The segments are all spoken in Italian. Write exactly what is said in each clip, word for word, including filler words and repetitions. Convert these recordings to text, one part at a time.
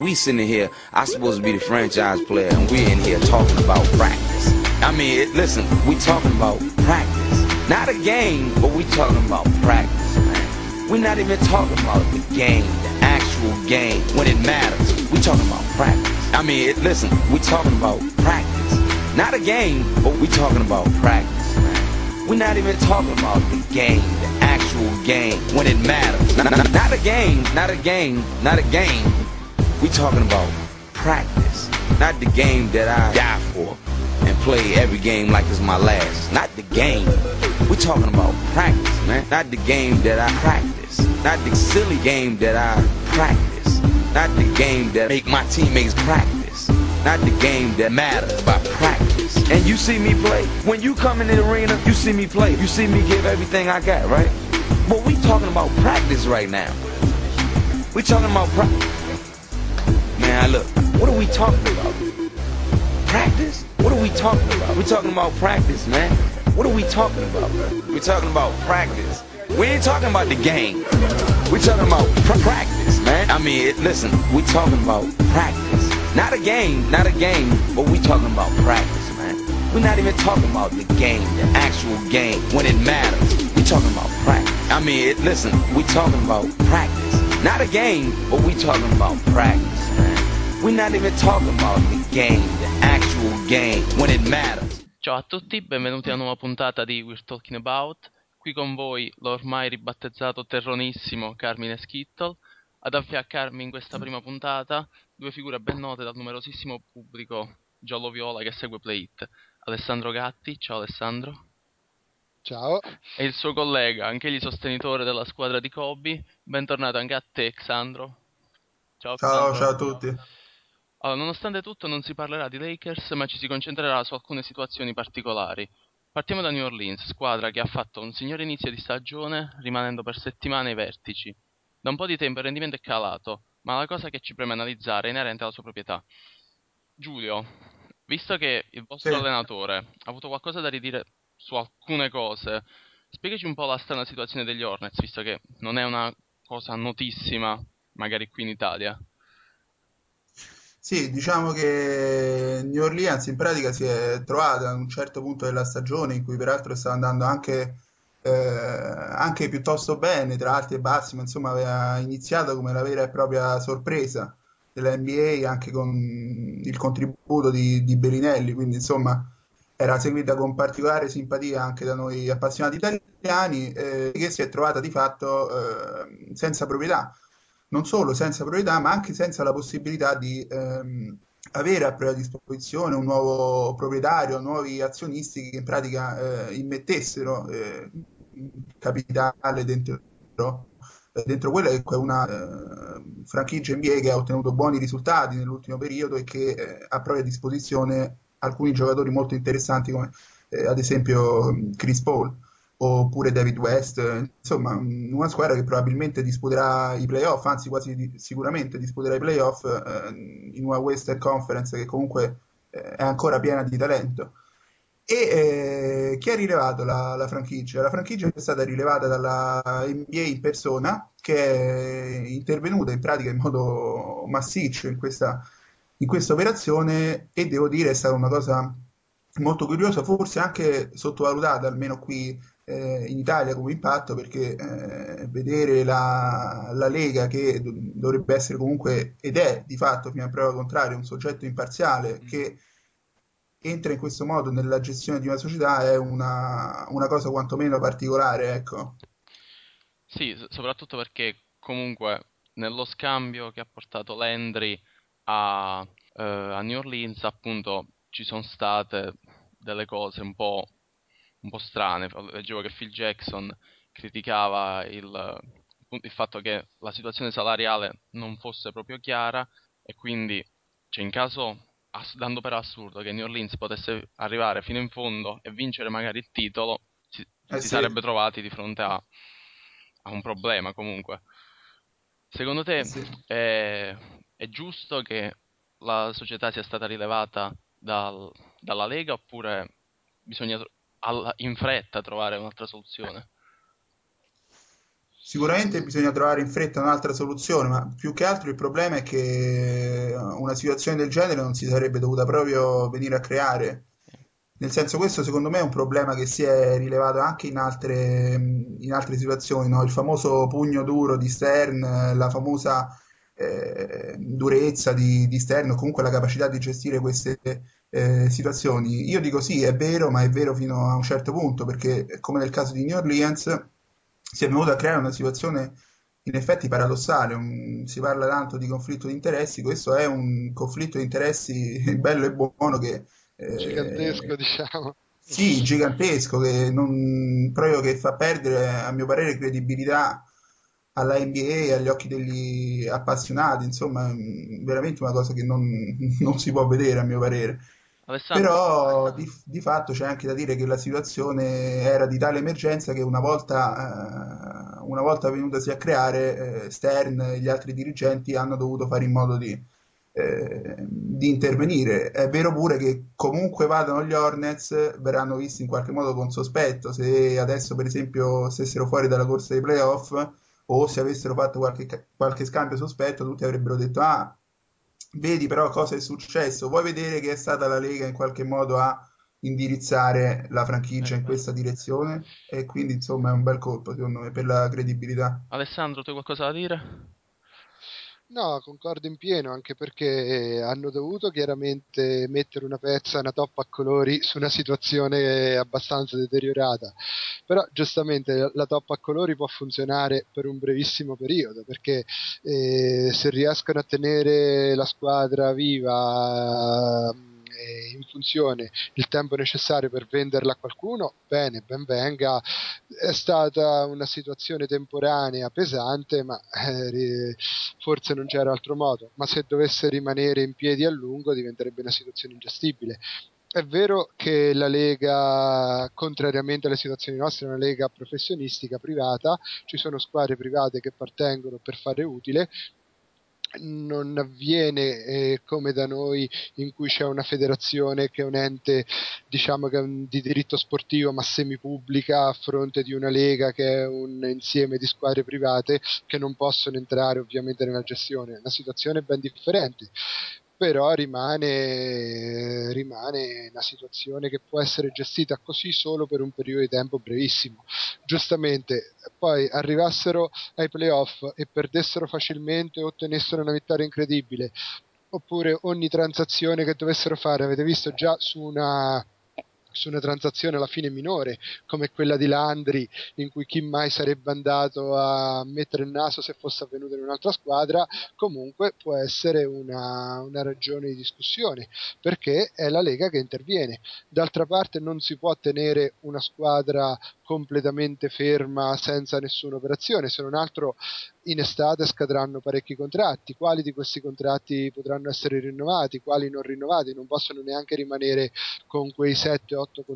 We sitting here, I supposed to be the franchise player, and we're in here talking about practice. I mean, it, listen, we talking about practice. Not a game, but we talking about practice, man. We're not even talking about the game, the actual game, when it matters. We talking about practice. I mean, it, listen, we talking about practice. Not a game, but we talking about practice, man. We're not even talking about the game, the actual game, when it matters. Not, not, not a game, not a game, not a game. We talking about practice, not the game that I die for and play every game like it's my last. Not the game. We talking about practice, man. Not the game that I practice. Not the silly game that I practice. Not the game that make my teammates practice. Not the game that matters by practice. And you see me play. When you come in the arena, you see me play. You see me give everything I got, right? But we talking about practice right now. We talking about practice. Man, look, what are we talking about? Practice? What are we talking about? We talking about practice, man. What are we talking about? We talking about practice. We ain't talking about the game. We talking about pr- practice, man. I mean, it, listen, we talking about practice. Not a game, not a game, but we talking about practice, man. We're not even talking about the game, the actual game, when it matters. We talking about practice. I mean, it, listen, we talking about practice. Not a game, but we talking about practice, man. We're not even talking about the game, the actual game, when it matters. Ciao a tutti, benvenuti a una nuova puntata di We're Talking About. Qui con voi l'ormai ribattezzato terronissimo Carmine Skittle. Ad affiancarmi in questa prima puntata due figure ben note dal numerosissimo pubblico giallo-viola che segue Play It. Alessandro Gatti, ciao Alessandro. Ciao. E il suo collega, anche egli sostenitore della squadra di Kobe. Bentornato anche a te, Xandro. Ciao, Ciao, Xandro. ciao a tutti. Allora, nonostante tutto non si parlerà di Lakers, ma ci si concentrerà su alcune situazioni particolari. Partiamo da New Orleans, squadra che ha fatto un signore inizio di stagione, rimanendo per settimane ai vertici. Da un po' di tempo il rendimento è calato, ma la cosa che ci preme analizzare è inerente alla sua proprietà. Giulio, visto che il Sì. vostro allenatore ha avuto qualcosa da ridire su alcune cose, spiegaci un po' la strana situazione degli Hornets, visto che non è una cosa notissima, magari qui in Italia. Sì, diciamo che New Orleans in pratica si è trovata a un certo punto della stagione in cui peraltro stava andando anche, eh, anche piuttosto bene, tra alti e bassi, ma insomma aveva iniziato come la vera e propria sorpresa della N B A anche con il contributo di, di Bellinelli, quindi insomma era seguita con particolare simpatia anche da noi appassionati italiani, eh, che si è trovata di fatto eh, senza proprietà. Non solo senza proprietà, ma anche senza la possibilità di ehm, avere a propria disposizione un nuovo proprietario, nuovi azionisti che in pratica eh, immettessero eh, capitale dentro, eh, dentro quella che è una eh, franchigia N B A che ha ottenuto buoni risultati nell'ultimo periodo e che eh, ha a propria disposizione alcuni giocatori molto interessanti come eh, ad esempio Chris Paul oppure David West, eh, insomma una squadra che probabilmente disputerà i playoff, anzi quasi di- sicuramente disputerà i playoff eh, in una Western Conference che comunque eh, è ancora piena di talento. E eh, chi ha rilevato la, la franchigia? La franchigia è stata rilevata dalla N B A in persona, che è intervenuta in pratica in modo massiccio in questa, in questa operazione e devo dire è stata una cosa molto curiosa, forse anche sottovalutata, almeno qui eh, in Italia come impatto, perché eh, vedere la, la Lega che do- dovrebbe essere comunque, ed è di fatto, fino a prova contraria, un soggetto imparziale che entra in questo modo nella gestione di una società è una, una cosa quantomeno particolare, ecco. Sì, s- soprattutto perché comunque nello scambio che ha portato Landry a, eh, a New Orleans, appunto, ci sono state delle cose un po', un po' strane. Leggevo che Phil Jackson criticava il, appunto, il fatto che la situazione salariale non fosse proprio chiara e quindi, cioè, in caso, ass- dando per assurdo che New Orleans potesse arrivare fino in fondo e vincere magari il titolo, si, Eh si sì, sarebbe trovati di fronte a, a un problema comunque. Secondo eh te sì. è, è giusto che la società sia stata rilevata dal- dalla Lega oppure bisogna tro- alla- in fretta trovare un'altra soluzione? Sicuramente bisogna trovare in fretta un'altra soluzione, ma più che altro il problema è che una situazione del genere non si sarebbe dovuta proprio venire a creare. Nel senso, questo secondo me è un problema che si è rilevato anche in altre, in altre situazioni, no? Il famoso pugno duro di Stern, la famosa eh, durezza di, di Stern, o comunque la capacità di gestire queste eh, situazioni. Io dico sì, è vero, ma è vero fino a un certo punto, perché come nel caso di New Orleans si è venuta a creare una situazione in effetti paradossale. Un- si parla tanto di conflitto di interessi, questo è un conflitto di interessi bello e buono che Gigantesco, eh, diciamo. sì, gigantesco, che non, proprio che fa perdere, a mio parere, credibilità alla N B A, agli occhi degli appassionati, insomma, è veramente una cosa che non, non si può vedere, a mio parere. Alessandro, Però di, di fatto c'è anche da dire che la situazione era di tale emergenza che una volta, eh, una volta venutasi a creare, eh, Stern e gli altri dirigenti hanno dovuto fare in modo di, eh, di intervenire. È vero pure che comunque vadano gli Hornets, verranno visti in qualche modo con sospetto. Se adesso, per esempio, stessero fuori dalla corsa dei playoff o se avessero fatto qualche, qualche scambio sospetto, tutti avrebbero detto: Ah, vedi però cosa è successo. Vuoi vedere che è stata la Lega in qualche modo a indirizzare la è franchigia in vero. questa direzione? E quindi, insomma, è un bel colpo, secondo me, per la credibilità. Alessandro, tu hai qualcosa da dire? No, concordo in pieno, anche perché hanno dovuto chiaramente mettere una pezza, una toppa a colori su una situazione abbastanza deteriorata. Però giustamente la toppa a colori può funzionare per un brevissimo periodo, perché eh, se riescono a tenere la squadra viva eh, in funzione il tempo necessario per venderla a qualcuno, bene, ben venga. È stata una situazione temporanea, pesante, ma eh, forse non c'era altro modo. Ma se dovesse rimanere in piedi a lungo diventerebbe una situazione ingestibile. È vero che la Lega, contrariamente alle situazioni nostre, è una Lega professionistica privata, ci sono squadre private che partengono per fare utile, non avviene eh, come da noi, in cui c'è una federazione che è un ente, diciamo, che è un, di diritto sportivo ma semipubblica, a fronte di una lega che è un insieme di squadre private che non possono entrare ovviamente nella gestione. La situazione è ben differente, però rimane, rimane una situazione che può essere gestita così solo per un periodo di tempo brevissimo. Giustamente poi arrivassero ai playoff e perdessero facilmente o ottenessero una vittoria incredibile, oppure ogni transazione che dovessero fare, avete visto già su una su una transazione alla fine minore come quella di Landry, in cui chi mai sarebbe andato a mettere il naso se fosse avvenuto in un'altra squadra, comunque può essere una, una ragione di discussione, perché è la Lega che interviene. D'altra parte non si può tenere una squadra completamente ferma senza nessuna operazione, se non altro in estate scadranno parecchi contratti. Quali di questi contratti potranno essere rinnovati, quali non rinnovati? Non possono neanche rimanere con quei sette otto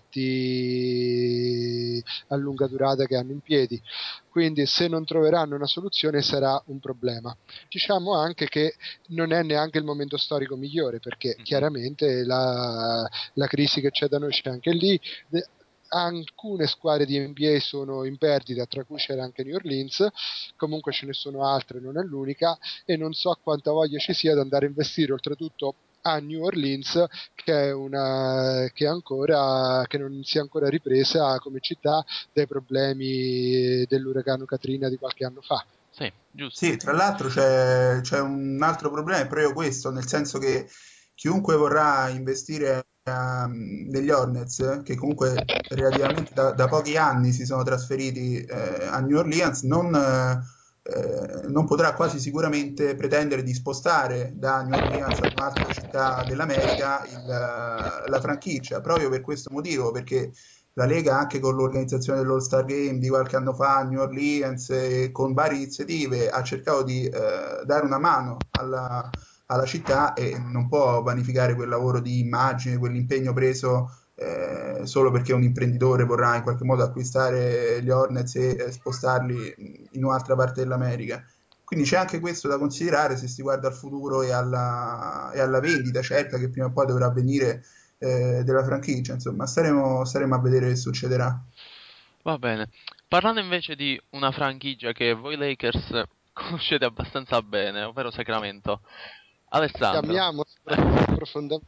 contratti a lunga durata che hanno in piedi. Quindi se non troveranno una soluzione sarà un problema. Diciamo anche che non è neanche il momento storico migliore, perché Mhm. chiaramente la, la crisi che c'è da noi c'è anche lì. Alcune squadre di N B A sono in perdita, tra cui c'era anche New Orleans, comunque ce ne sono altre, non è l'unica, e non so quanta voglia ci sia ad andare a investire oltretutto a New Orleans, che è una che ancora che non si è ancora ripresa come città dai problemi dell'uragano Katrina di qualche anno fa. Sì, giusto. Sì, tra l'altro c'è c'è un altro problema, è proprio questo, nel senso che chiunque vorrà investire ehm, negli Hornets, che comunque relativamente da, da pochi anni si sono trasferiti eh, a New Orleans, non, eh, eh, non potrà quasi sicuramente pretendere di spostare da New Orleans ad un'altra città dell'America il, eh, la franchigia, proprio per questo motivo, perché la Lega anche con l'organizzazione dell'All-Star Game di qualche anno fa a New Orleans e con varie iniziative ha cercato di eh, dare una mano alla, alla città e non può vanificare quel lavoro di immagine, quell'impegno preso eh, solo perché un imprenditore vorrà in qualche modo acquistare gli Hornets e eh, spostarli in un'altra parte dell'America. Quindi c'è anche questo da considerare se si guarda al futuro e alla, e alla vendita certa che prima o poi dovrà avvenire eh, della franchigia. Insomma, staremo, staremo a vedere che succederà. Va bene. Parlando invece di una franchigia che voi Lakers conoscete abbastanza bene, ovvero Sacramento. Che Alessandro. amiamo profondamente.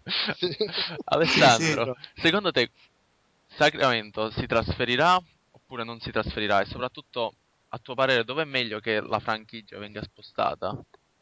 Sì, sì. Alessandro, secondo te Sacramento si trasferirà oppure non si trasferirà? E soprattutto, a tuo parere, dove è meglio che la franchigia venga spostata?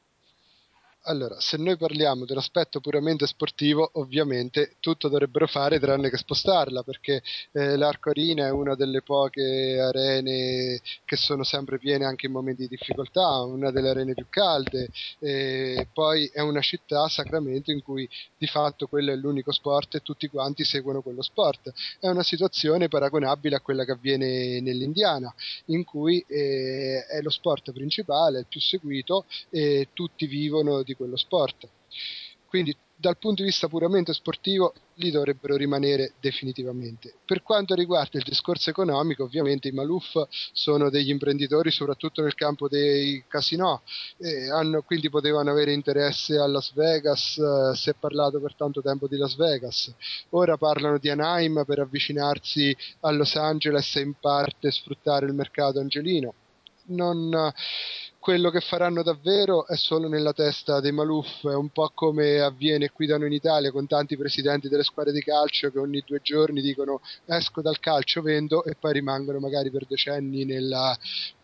Allora, se noi parliamo dell'aspetto puramente sportivo, ovviamente tutto dovrebbero fare tranne che spostarla, perché eh, l'Arco Arena è una delle poche arene che sono sempre piene anche in momenti di difficoltà, una delle arene più calde, e poi è una città, Sacramento, in cui di fatto quello è l'unico sport e tutti quanti seguono quello sport. È una situazione paragonabile a quella che avviene nell'Indiana, in cui eh, è lo sport principale, il più seguito, e tutti vivono di quello sport. Quindi dal punto di vista puramente sportivo lì dovrebbero rimanere definitivamente. Per quanto riguarda il discorso economico, ovviamente i Maluf sono degli imprenditori soprattutto nel campo dei casinò, e hanno, quindi potevano avere interesse a Las Vegas, eh, si è parlato per tanto tempo di Las Vegas, ora parlano di Anaheim per avvicinarsi a Los Angeles e in parte sfruttare il mercato angelino. Non, quello che faranno davvero è solo nella testa dei Maluf, è un po' come avviene qui da noi in Italia con tanti presidenti delle squadre di calcio che ogni due giorni dicono esco dal calcio, vendo, e poi rimangono magari per decenni nella,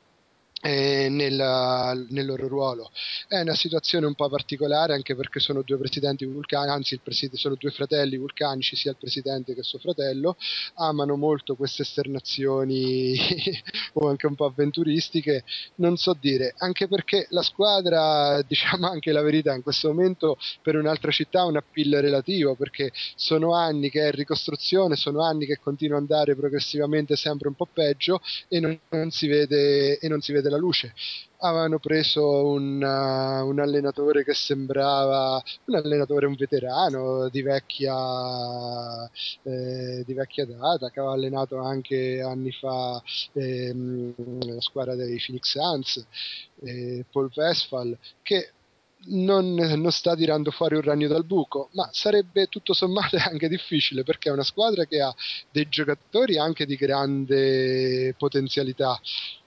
eh, nella, nel loro ruolo. È una situazione un po' particolare anche perché sono due presidenti vulcani, anzi il preside, sono due fratelli vulcanici, sia il presidente che suo fratello, amano molto queste esternazioni o anche un po' avventuristiche, non so dire, anche perché la squadra, diciamo anche la verità, in questo momento per un'altra città ha un appeal relativo, perché sono anni che è in ricostruzione, sono anni che continua ad andare progressivamente sempre un po' peggio e non, non si vede e non si vede la luce. Avevano preso un, uh, un allenatore che sembrava un allenatore, un veterano di vecchia, eh, di vecchia data, che aveva allenato anche anni fa ehm, la squadra dei Phoenix Suns, eh, Paul Westphal, che non, non sta tirando fuori un ragno dal buco, ma sarebbe tutto sommato anche difficile, perché è una squadra che ha dei giocatori anche di grande potenzialità.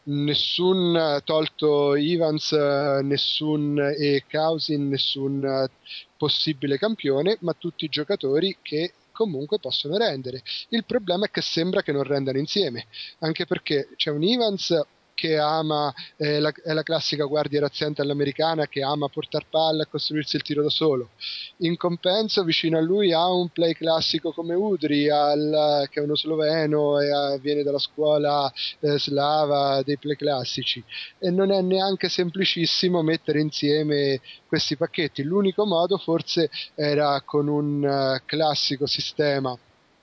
Nessun, tolto Evans, nessun e Cousin, nessun possibile campione, ma tutti giocatori che comunque possono rendere. Il problema è che sembra che non rendano insieme, anche perché c'è un Evans che ama, eh, la, è la classica guardia razziante all'americana che ama portare palla e costruirsi il tiro da solo. In compenso vicino a lui ha un play classico come Udri, al, che è uno sloveno e ha, viene dalla scuola eh, slava dei play classici, e non è neanche semplicissimo mettere insieme questi pacchetti. L'unico modo forse era con un uh, classico sistema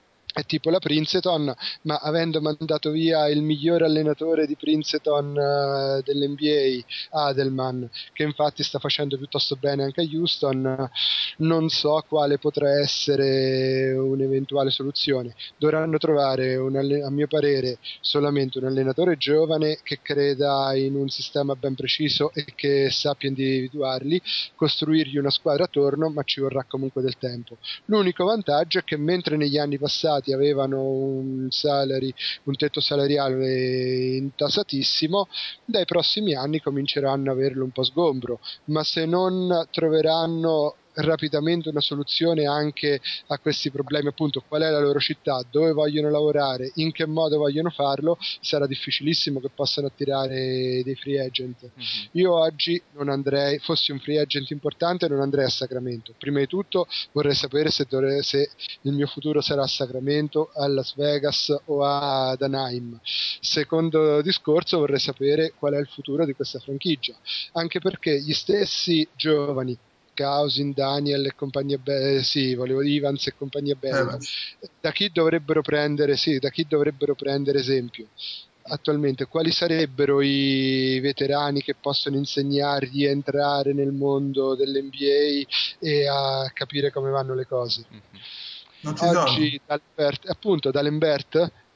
è tipo la Princeton, ma avendo mandato via il miglior allenatore di Princeton uh, dell'N B A, Adelman, che infatti sta facendo piuttosto bene anche a Houston, non so quale potrà essere un'eventuale soluzione. Dovranno trovare, un alle- a mio parere, solamente un allenatore giovane che creda in un sistema ben preciso e che sappia individuarli, costruirgli una squadra attorno, ma ci vorrà comunque del tempo. L'unico vantaggio è che mentre negli anni passati avevano un salary, un tetto salariale intasatissimo, dai prossimi anni cominceranno a averlo un po' sgombro, ma se non troveranno rapidamente una soluzione anche a questi problemi, appunto qual è la loro città, dove vogliono lavorare, in che modo vogliono farlo, sarà difficilissimo che possano attirare dei free agent. Mm-hmm. Io oggi non andrei, fossi un free agent importante, non andrei a Sacramento. Prima di tutto vorrei sapere se, dovrei, se il mio futuro sarà a Sacramento, a Las Vegas o ad Anaheim. Secondo discorso, vorrei sapere qual è il futuro di questa franchigia, anche perché gli stessi giovani, Cousin, Daniel e compagnia bella, sì, volevo Evans e compagnia bella, Evans. da chi dovrebbero prendere, sì, da chi dovrebbero prendere esempio? Attualmente, quali sarebbero i veterani che possono insegnargli a entrare nel mondo dell'N B A e a capire come vanno le cose? Mm-hmm. Non ci sono. Oggi D'Alembert, appunto D'Alembert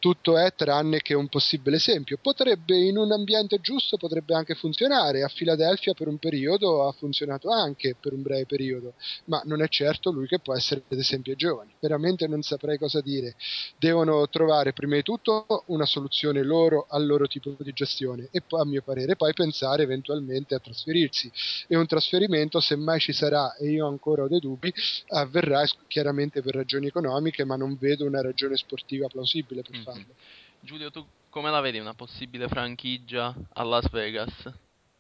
tutto è tranne che un possibile esempio. Potrebbe, in un ambiente giusto, potrebbe anche funzionare. A Philadelphia per un periodo ha funzionato anche per un breve periodo, ma non è certo lui che può essere l'esempio ai giovani. Veramente non saprei cosa dire. Devono trovare prima di tutto una soluzione loro al loro tipo di gestione e poi, a mio parere, poi pensare eventualmente a trasferirsi. E un trasferimento, se mai ci sarà, e io ancora ho dei dubbi, avverrà chiaramente per ragioni economiche, ma non vedo una ragione sportiva plausibile per Mhm. farlo. Giulio, tu come la vedi una possibile franchigia a Las Vegas?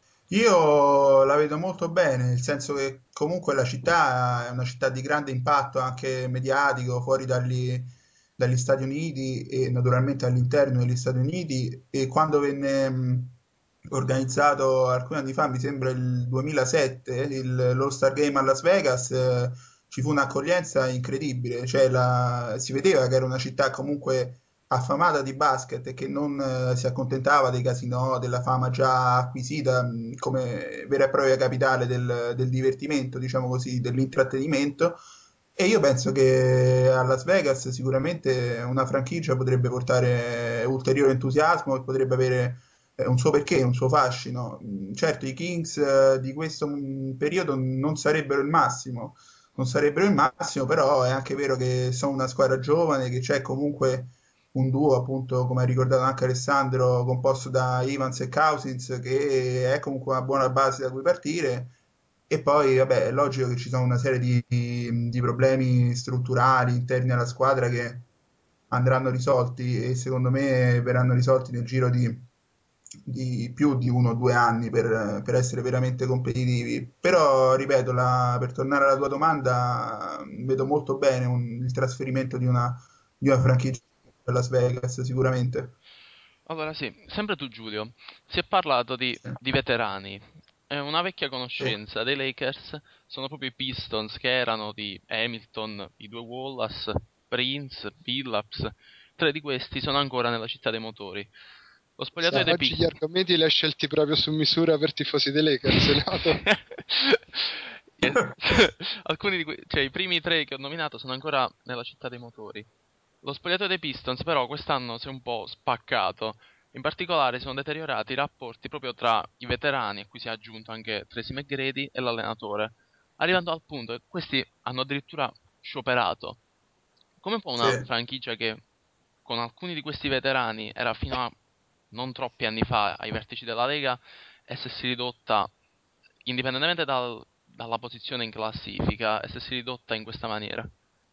Io la vedo molto bene, nel senso che comunque la città è una città di grande impatto anche mediatico, fuori dagli, dagli Stati Uniti e naturalmente all'interno degli Stati Uniti. E quando venne mh, organizzato alcuni anni fa, mi sembra il duemilasette, il- l'All-Star Game a Las Vegas, eh, ci fu un'accoglienza incredibile, cioè la- si vedeva che era una città comunque affamata di basket e che non eh, si accontentava dei casinò, della fama già acquisita mh, come vera e propria capitale del, del divertimento, diciamo così, dell'intrattenimento. E io penso che a Las Vegas sicuramente una franchigia potrebbe portare ulteriore entusiasmo e potrebbe avere eh, un suo perché, un suo fascino. Mm, Certo, i Kings eh, di questo mm, periodo non sarebbero il massimo, non sarebbero il massimo, però è anche vero che sono una squadra giovane, che c'è comunque un duo, appunto, come ha ricordato anche Alessandro, composto da Evans e Cousins, che è comunque una buona base da cui partire. E poi, vabbè, è logico che ci sono una serie di, di- di problemi strutturali interni alla squadra che andranno risolti e secondo me verranno risolti nel giro di, di più di uno o due anni per, per essere veramente competitivi. Però, ripeto, la- per tornare alla tua domanda, vedo molto bene un- il trasferimento di una, di una franchigia a Las Vegas, sicuramente. Allora sì, sempre tu Giulio, si è parlato di, Sì, di veterani. È una vecchia sì, conoscenza dei Lakers sono proprio i Pistons che erano di Hamilton, i due Wallace, Prince, Billups. Tre di questi sono ancora nella città dei motori. Lo spogliatoio Sa, dei oggi gli Pistons. argomenti li hai scelti proprio su misura per tifosi dei Lakers, è noto? Alcuni di que- cioè i primi tre che ho nominato sono ancora nella città dei motori. Lo spogliatoio dei Pistons però quest'anno si è un po' spaccato. In particolare si sono deteriorati i rapporti proprio tra i veterani, a cui si è aggiunto anche Tracy McGrady, e l'allenatore, arrivando al punto che questi hanno addirittura scioperato. Come può sì. una franchigia che con alcuni di questi veterani era fino a non troppi anni fa ai vertici della Lega essersi ridotta, indipendentemente dal- dalla posizione in classifica, essersi ridotta in questa maniera?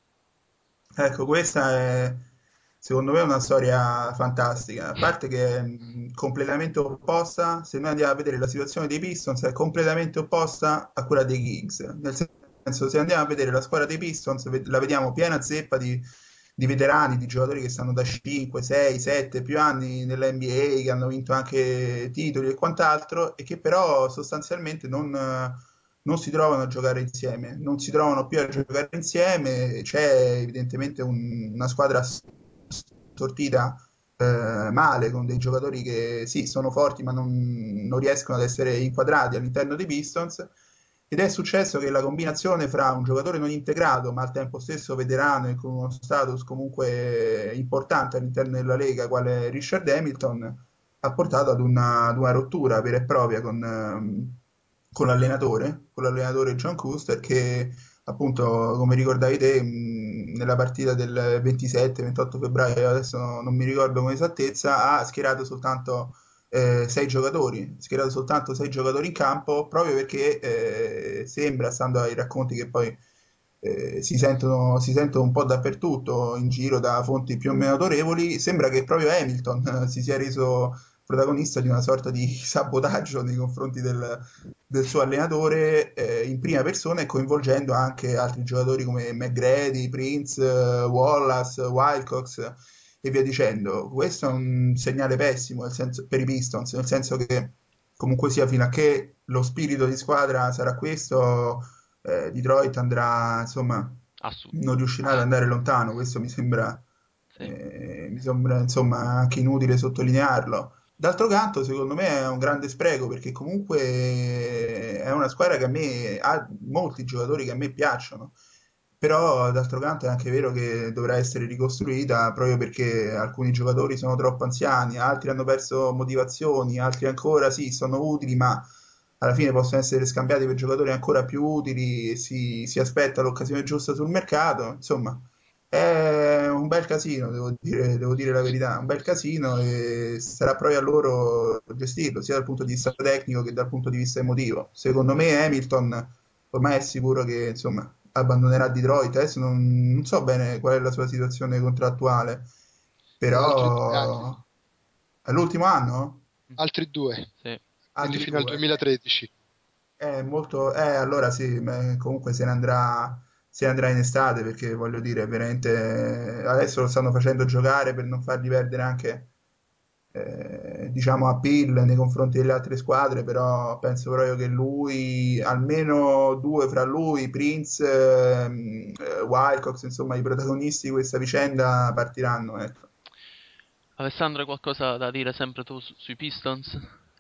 Ecco, questa è secondo me una storia fantastica, a parte che è mh, completamente opposta, se noi andiamo a vedere la situazione dei Pistons è completamente opposta a quella dei Kings, nel senso se andiamo a vedere la squadra dei Pistons ve- la vediamo piena zeppa di, di veterani, di giocatori che stanno da cinque, sei, sette più anni nella N B A, che hanno vinto anche titoli e quant'altro, e che però sostanzialmente non non si trovano a giocare insieme, non si trovano più a giocare insieme, c'è evidentemente un- una squadra sortita eh, male, con dei giocatori che sì, sono forti, ma non, non riescono ad essere inquadrati all'interno dei Pistons. Ed è successo che la combinazione fra un giocatore non integrato, ma al tempo stesso veterano e con uno status comunque importante all'interno della Lega, quale Richard Hamilton, ha portato ad una, ad una rottura vera e propria con, ehm, con l'allenatore, con l'allenatore John Custer, che appunto, come ricordavi te, mh, nella partita del ventisette ventotto febbraio, adesso no- non mi ricordo con esattezza, ha schierato soltanto eh, sei giocatori, ha schierato soltanto sei giocatori in campo, proprio perché eh, sembra, stando ai racconti che poi eh, si sentono, si sentono un po' dappertutto in giro da fonti più o meno autorevoli, sembra che proprio Hamilton eh, si sia reso protagonista di una sorta di sabotaggio nei confronti del, del suo allenatore eh, in prima persona e coinvolgendo anche altri giocatori come McGrady, Prince, eh, Wallace, Wilcox e via dicendo. Questo è un segnale pessimo nel senso- per i Pistons, nel senso che comunque sia fino a che lo spirito di squadra sarà questo, eh, Detroit andrà, insomma, Assurdo. non riuscirà ad andare lontano. Questo mi sembra, Sì. eh, mi sembra insomma anche inutile sottolinearlo. D'altro canto, secondo me è un grande spreco perché comunque è una squadra che a me ha molti giocatori che a me piacciono. Però d'altro canto è anche vero che dovrà essere ricostruita proprio perché alcuni giocatori sono troppo anziani, altri hanno perso motivazioni, altri ancora sì, sono utili, ma alla fine possono essere scambiati per giocatori ancora più utili e si, si aspetta l'occasione giusta sul mercato. Insomma, è un bel casino, devo dire, devo dire la verità, un bel casino e sarà proprio a loro gestirlo, sia dal punto di vista tecnico che dal punto di vista emotivo. Secondo me Hamilton ormai è sicuro che insomma abbandonerà Detroit. Adesso non, non so bene qual è la sua situazione contrattuale, E altri due anni, però è l'ultimo anno? altri due, Sì. quindi Altri fino al due? duemilatredici. È molto, eh, allora sì, beh, comunque se ne andrà, se ne andrà in estate perché voglio dire, veramente adesso lo stanno facendo giocare per non fargli perdere anche, eh, diciamo, appeal nei confronti delle altre squadre, però penso proprio che lui, almeno due fra lui, Prince, ehm, eh, Wilcox, insomma, i protagonisti di questa vicenda partiranno, ecco. Alessandro, hai qualcosa da dire sempre tu su- sui Pistons?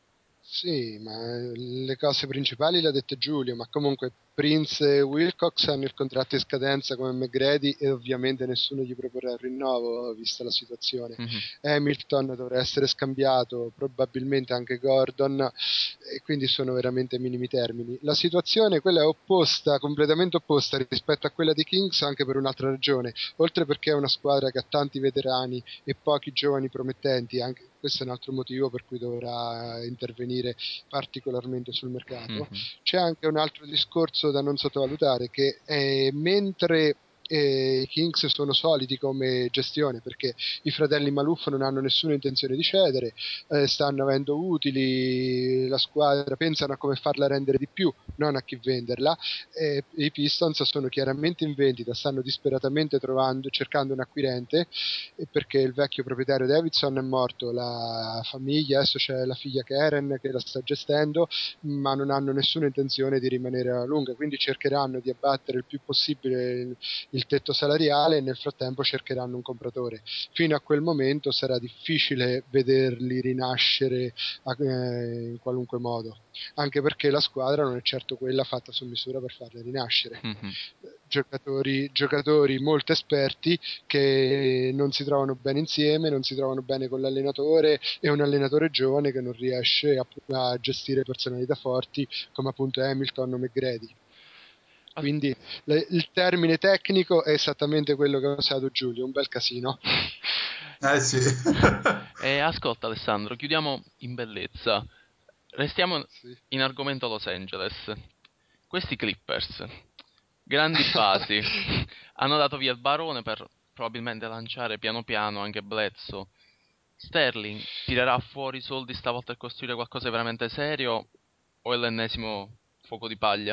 Sì, ma le cose principali le ha dette Giulio, ma comunque Prince e Wilcox hanno il contratto in scadenza come McGrady e ovviamente nessuno gli proporrà il rinnovo, vista la situazione. Mhm. Hamilton dovrà essere scambiato, probabilmente anche Gordon, e quindi sono veramente minimi termini. La situazione, quella è opposta, completamente opposta rispetto a quella dei Kings, anche per un'altra ragione, oltre perché è una squadra che ha tanti veterani e pochi giovani promettenti, anche questo è un altro motivo per cui dovrà intervenire particolarmente sul mercato. Mhm. C'è anche un altro discorso da non sottovalutare, che eh, mentre eh, i Kings sono solidi come gestione perché i fratelli Maluf non hanno nessuna intenzione di cedere, eh, stanno avendo utili, la squadra pensano a come farla rendere di più, non a chi venderla. Eh, i Pistons sono chiaramente in vendita, stanno disperatamente trovando, cercando un acquirente, eh, perché il vecchio proprietario Davidson è morto, la famiglia, adesso c'è la figlia Karen che la sta gestendo, ma non hanno nessuna intenzione di rimanere a lunga, quindi cercheranno di abbattere il più possibile il, il tetto salariale e nel frattempo cercheranno un compratore. Fino a quel momento sarà difficile vederli rinascere a, eh, in qualunque modo, anche perché la squadra non è certo quella fatta su misura per farle rinascere. Mhm. Giocatori, giocatori molto esperti che non si trovano bene insieme, non si trovano bene con l'allenatore e un allenatore giovane che non riesce a, a gestire personalità forti come appunto Hamilton o McGrady. As- Quindi le, il termine tecnico è esattamente quello che ha usato Giulio, un bel casino. Eh sì. E ascolta Alessandro, chiudiamo in bellezza. Restiamo Sì. in argomento Los Angeles. Questi Clippers, grandi basi, hanno dato via il barone per probabilmente lanciare piano piano anche Bledsoe. Sterling tirerà fuori i soldi stavolta per costruire qualcosa di veramente serio o è l'ennesimo fuoco di paglia?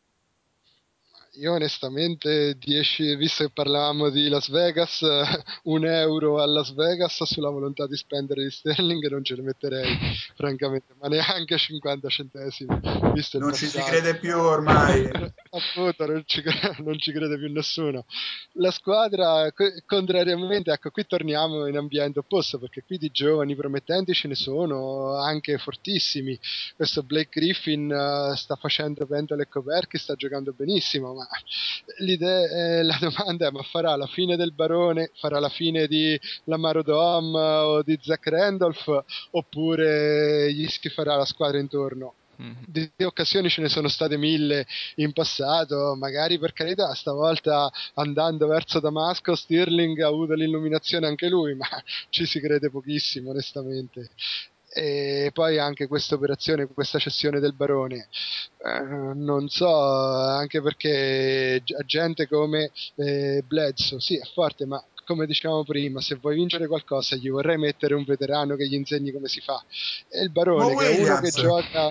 Io onestamente, dieci, visto che parlavamo di Las Vegas, eh, un euro a Las Vegas sulla volontà di spendere di Sterling non ce ne metterei, francamente, ma neanche cinquanta centesimi, visto il Non ci si passato. crede più ormai. Appunto, non ci, cre- non ci crede più nessuno. La squadra, co- contrariamente, ecco, qui torniamo in ambiente opposto, perché qui di giovani promettenti ce ne sono, anche fortissimi. Questo Blake Griffin uh, sta facendo pentole e coperchi, sta giocando benissimo, ma l'idea, eh, la domanda è: ma farà la fine del Barone, farà la fine di Lamar Odom o di Zach Randolph, oppure gli si farà la squadra intorno? Mhm. Di occasioni ce ne sono state mille in passato, magari per carità stavolta andando verso Damasco Stirling ha avuto l'illuminazione anche lui, ma ci si crede pochissimo onestamente. E poi anche questa operazione, questa cessione del barone, eh, non so, anche perché gente come eh, Bledsoe, sì, è forte, ma come dicevamo prima, se vuoi vincere qualcosa gli vorrei mettere un veterano che gli insegni come si fa. E il Mo barone, che è uno che Williams. gioca,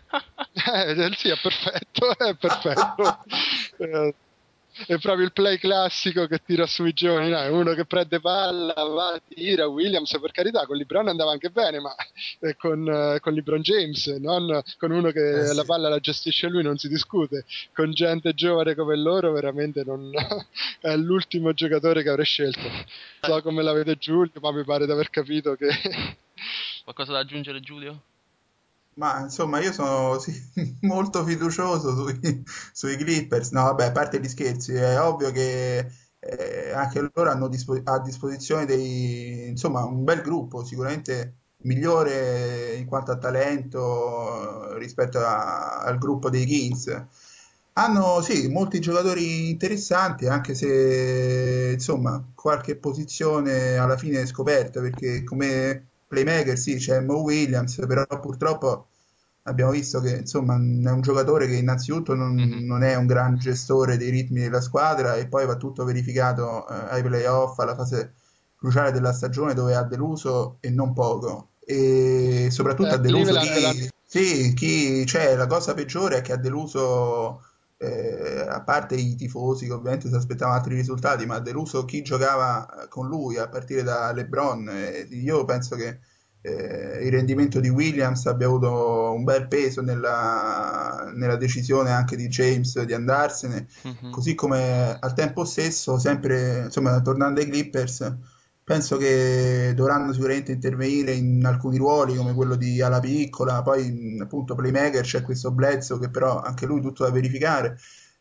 eh, sì, è perfetto, è perfetto. Eh, è proprio il play classico che tira sui giovani, no? È uno che prende palla, va, tira. Williams, per carità, con LeBron andava anche bene, ma eh, con, eh, con LeBron James, non con uno Eh che la sì. palla la gestisce lui, non si discute. Con gente giovane come loro, veramente non è l'ultimo giocatore che avrei scelto. Non so come la vede Giulio, ma mi pare di aver capito che Qualcosa da aggiungere, Giulio? Ma insomma, io sono sì, molto fiducioso sui, sui Clippers. No, vabbè, a parte gli scherzi, è ovvio che eh, anche loro hanno dispo- a disposizione dei, insomma, un bel gruppo, sicuramente migliore in quanto a talento eh, rispetto a- al gruppo dei Kings. Hanno sì, molti giocatori interessanti, anche se insomma qualche posizione alla fine è scoperta, perché come playmaker sì, c'è Mo Williams, però purtroppo abbiamo visto che insomma è un giocatore che innanzitutto non, Mhm. non è un gran gestore dei ritmi della squadra e poi va tutto verificato eh, ai playoff, alla fase cruciale della stagione dove ha deluso e non poco. E soprattutto Eh, ha deluso Cleveland l'hanno chi, sì, chi, cioè la cosa peggiore è che ha deluso eh, a parte i tifosi che ovviamente si aspettavano altri risultati, ma ha deluso chi giocava eh, con lui a partire da LeBron. E io penso che eh, il rendimento di Williams abbia avuto un bel peso nella, nella decisione anche di James di andarsene, Mhm. così come al tempo stesso, sempre insomma, tornando ai Clippers, penso che dovranno sicuramente intervenire in alcuni ruoli come quello di ala piccola, poi mh, appunto playmaker c'è questo Bledsoe che però anche lui tutto da verificare.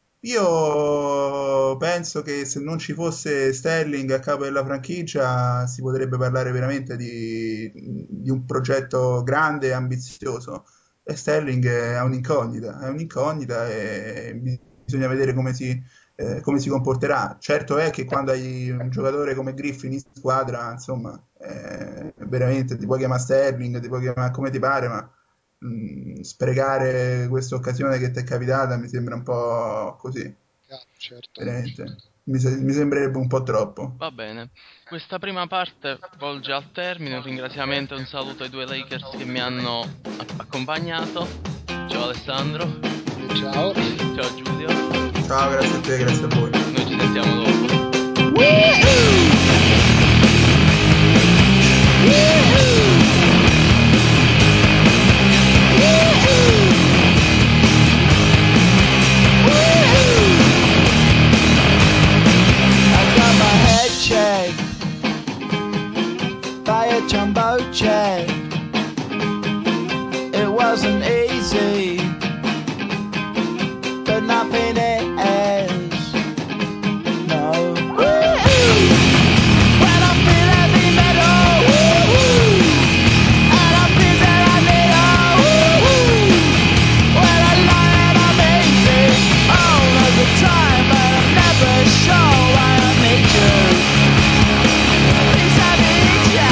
Io penso che se non ci fosse Sterling a capo della franchigia si potrebbe parlare veramente di, di un progetto grande e ambizioso. E Sterling è un'incognita, è un'incognita e bisogna vedere come si, eh, come si comporterà. Certo è che quando hai un giocatore come Griffin in squadra, insomma, eh, veramente ti puoi chiamare Sterling, ti puoi chiamare come ti pare, ma mh, sprecare questa occasione che ti è capitata mi sembra un po' così, chiaro, certo. veramente. Mi, se- mi sembrerebbe un po' troppo. Va bene, questa prima parte volge al termine. Un ringraziamento e un saluto ai due Lakers che mi hanno a- accompagnato. Ciao Alessandro, E ciao. ciao Giulio, Ciao, grazie a te, grazie a voi. noi ci sentiamo dopo. I got my head checked by a jumbo jet. It wasn't easy, but nothing is. No. When I feel heavy metal, and I feel that I need a when I lie and I'm easy all of the time, but I'm never sure why I need you. Please, I need ya.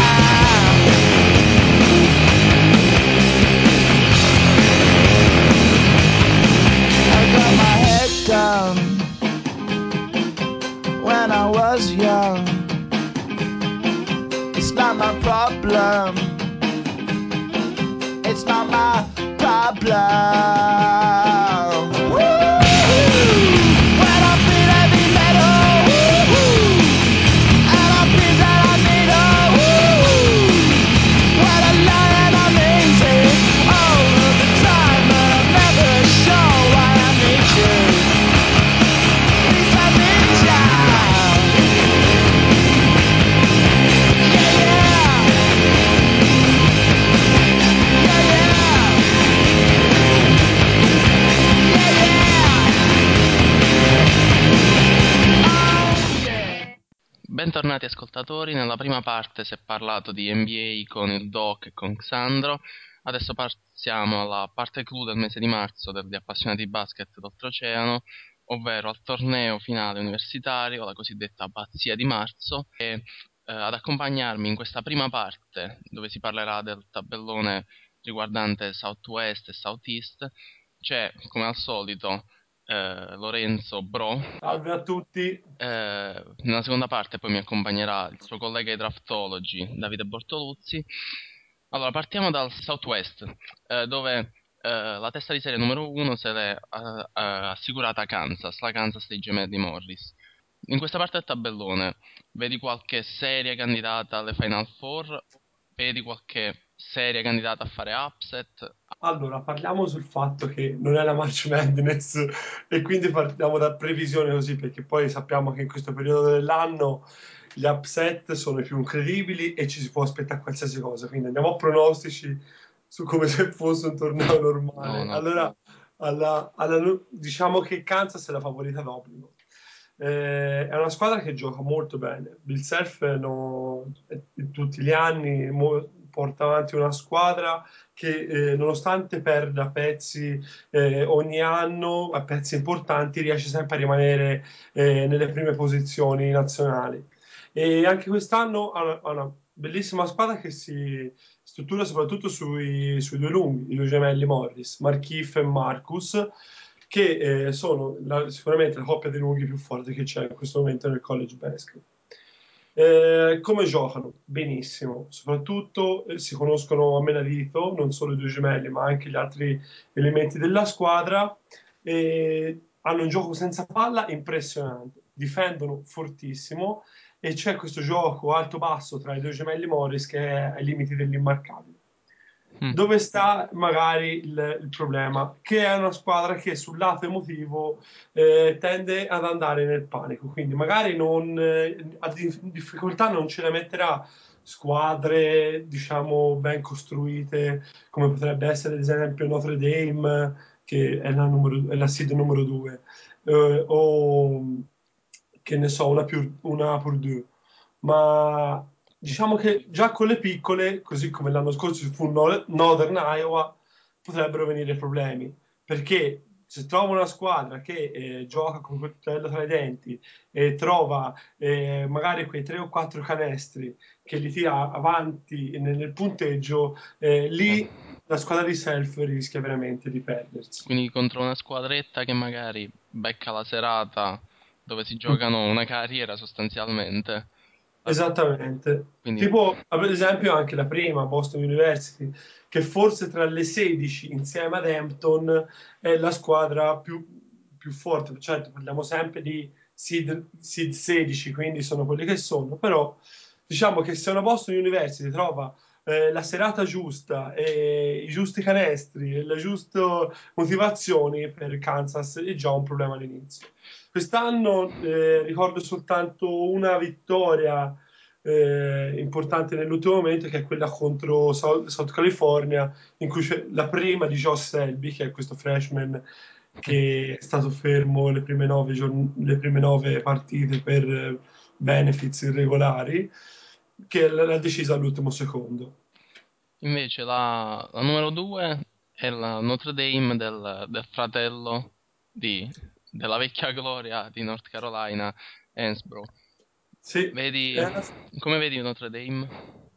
I got my head down when I was young. It's not my problem. It's not my problem. When I feel heavy metal, and I feel that I need a when I lie and I'm easy all of the time, but I'm never sure why I need you. Please, I need ya. Yeah, yeah. Yeah, yeah. Yeah, yeah. Oh, yeah. Bentornati ascoltatori, nella prima parte si è parlato di N B A con il Doc e con Xandro. Adesso passiamo alla parte clou del mese di marzo degli appassionati di basket d'oltreoceano, ovvero al torneo finale universitario, la cosiddetta pazzia di marzo. E eh, ad accompagnarmi in questa prima parte, dove si parlerà del tabellone riguardante Southwest e Southeast, c'è come al solito eh, Lorenzo Bro. Salve a tutti. Eh, nella seconda parte poi mi accompagnerà il suo collega di Draftology, Davide Bortoluzzi. Allora, partiamo dal Southwest, eh, dove eh, la testa di serie numero uno se l'è eh, eh, assicurata Kansas, la Kansas dei gemelli Morris. In questa parte del tabellone vedi qualche seria candidata alle Final Four? Vedi qualche seria candidata a fare upset? Allora, parliamo sul fatto che non è la March Madness e quindi partiamo da previsione così, perché poi sappiamo che in questo periodo dell'anno gli upset sono i più incredibili e ci si può aspettare qualsiasi cosa. Quindi andiamo a pronostici su come se fosse un torneo normale. No, no. Allora, alla, alla- diciamo che Kansas è la favorita d'obbligo. Eh, è una squadra che gioca molto bene. Bill Self no, eh, tutti gli anni mo- porta avanti una squadra che eh, nonostante perda pezzi eh, ogni anno, a pezzi importanti, riesce sempre a rimanere eh, nelle prime posizioni nazionali. E anche quest'anno ha una, ha una bellissima squadra che si struttura soprattutto sui, sui due lunghi, i due gemelli Morris, Markif e Marcus, che eh, sono la- sicuramente la coppia dei lunghi più forti che c'è in questo momento nel college basket. Eh, come giocano? Benissimo, soprattutto eh, si conoscono a menadito, non solo i due gemelli, ma anche gli altri elementi della squadra. E hanno un gioco senza palla impressionante, difendono fortissimo e c'è questo gioco alto-basso tra i due gemelli Morris che è ai limiti dell'immarcabile. Mm. Dove sta magari il, il problema? Che è una squadra che sul lato emotivo eh, tende ad andare nel panico, quindi magari non, eh, a di- difficoltà non ce la metterà squadre, diciamo, ben costruite, come potrebbe essere ad esempio Notre Dame, che è la, numero, è la seed numero due, eh, o che ne so, una, più, una Purdue. Ma diciamo che già con le piccole, così come l'anno scorso fu No- Northern Iowa, potrebbero venire problemi. Perché se trovo una squadra che eh, gioca con quel coltello tra i denti e trova eh, magari quei tre o quattro canestri che li tira avanti nel, nel punteggio, eh, Eh. lì la squadra di Self rischia veramente di perdersi. Quindi contro una squadretta che magari becca la serata dove si Mm. giocano una carriera sostanzialmente. La- Esattamente. Quindi, Tipo, ad esempio, anche la prima, Boston University, che forse tra le sedici insieme ad Hampton è la squadra più, più forte. Certo, parliamo sempre di seed, seed sedici, quindi sono quelli che sono, però diciamo che se una Boston University trova eh, la serata giusta e i giusti canestri e le giuste motivazioni per Kansas è già un problema all'inizio. Quest'anno eh, ricordo soltanto una vittoria eh, importante nell'ultimo momento, che è quella contro South, South California, in cui c'è la prima di Josh Selby, che è questo freshman che è stato fermo le prime nove, giorn- le prime nove partite per eh, benefits irregolari, che l'ha decisa all'ultimo secondo. invece la, la numero due è la Notre Dame del, del fratello di- della vecchia gloria di North Carolina, Hansbrough. Sì, Vedi, è una, come vedi Notre Dame?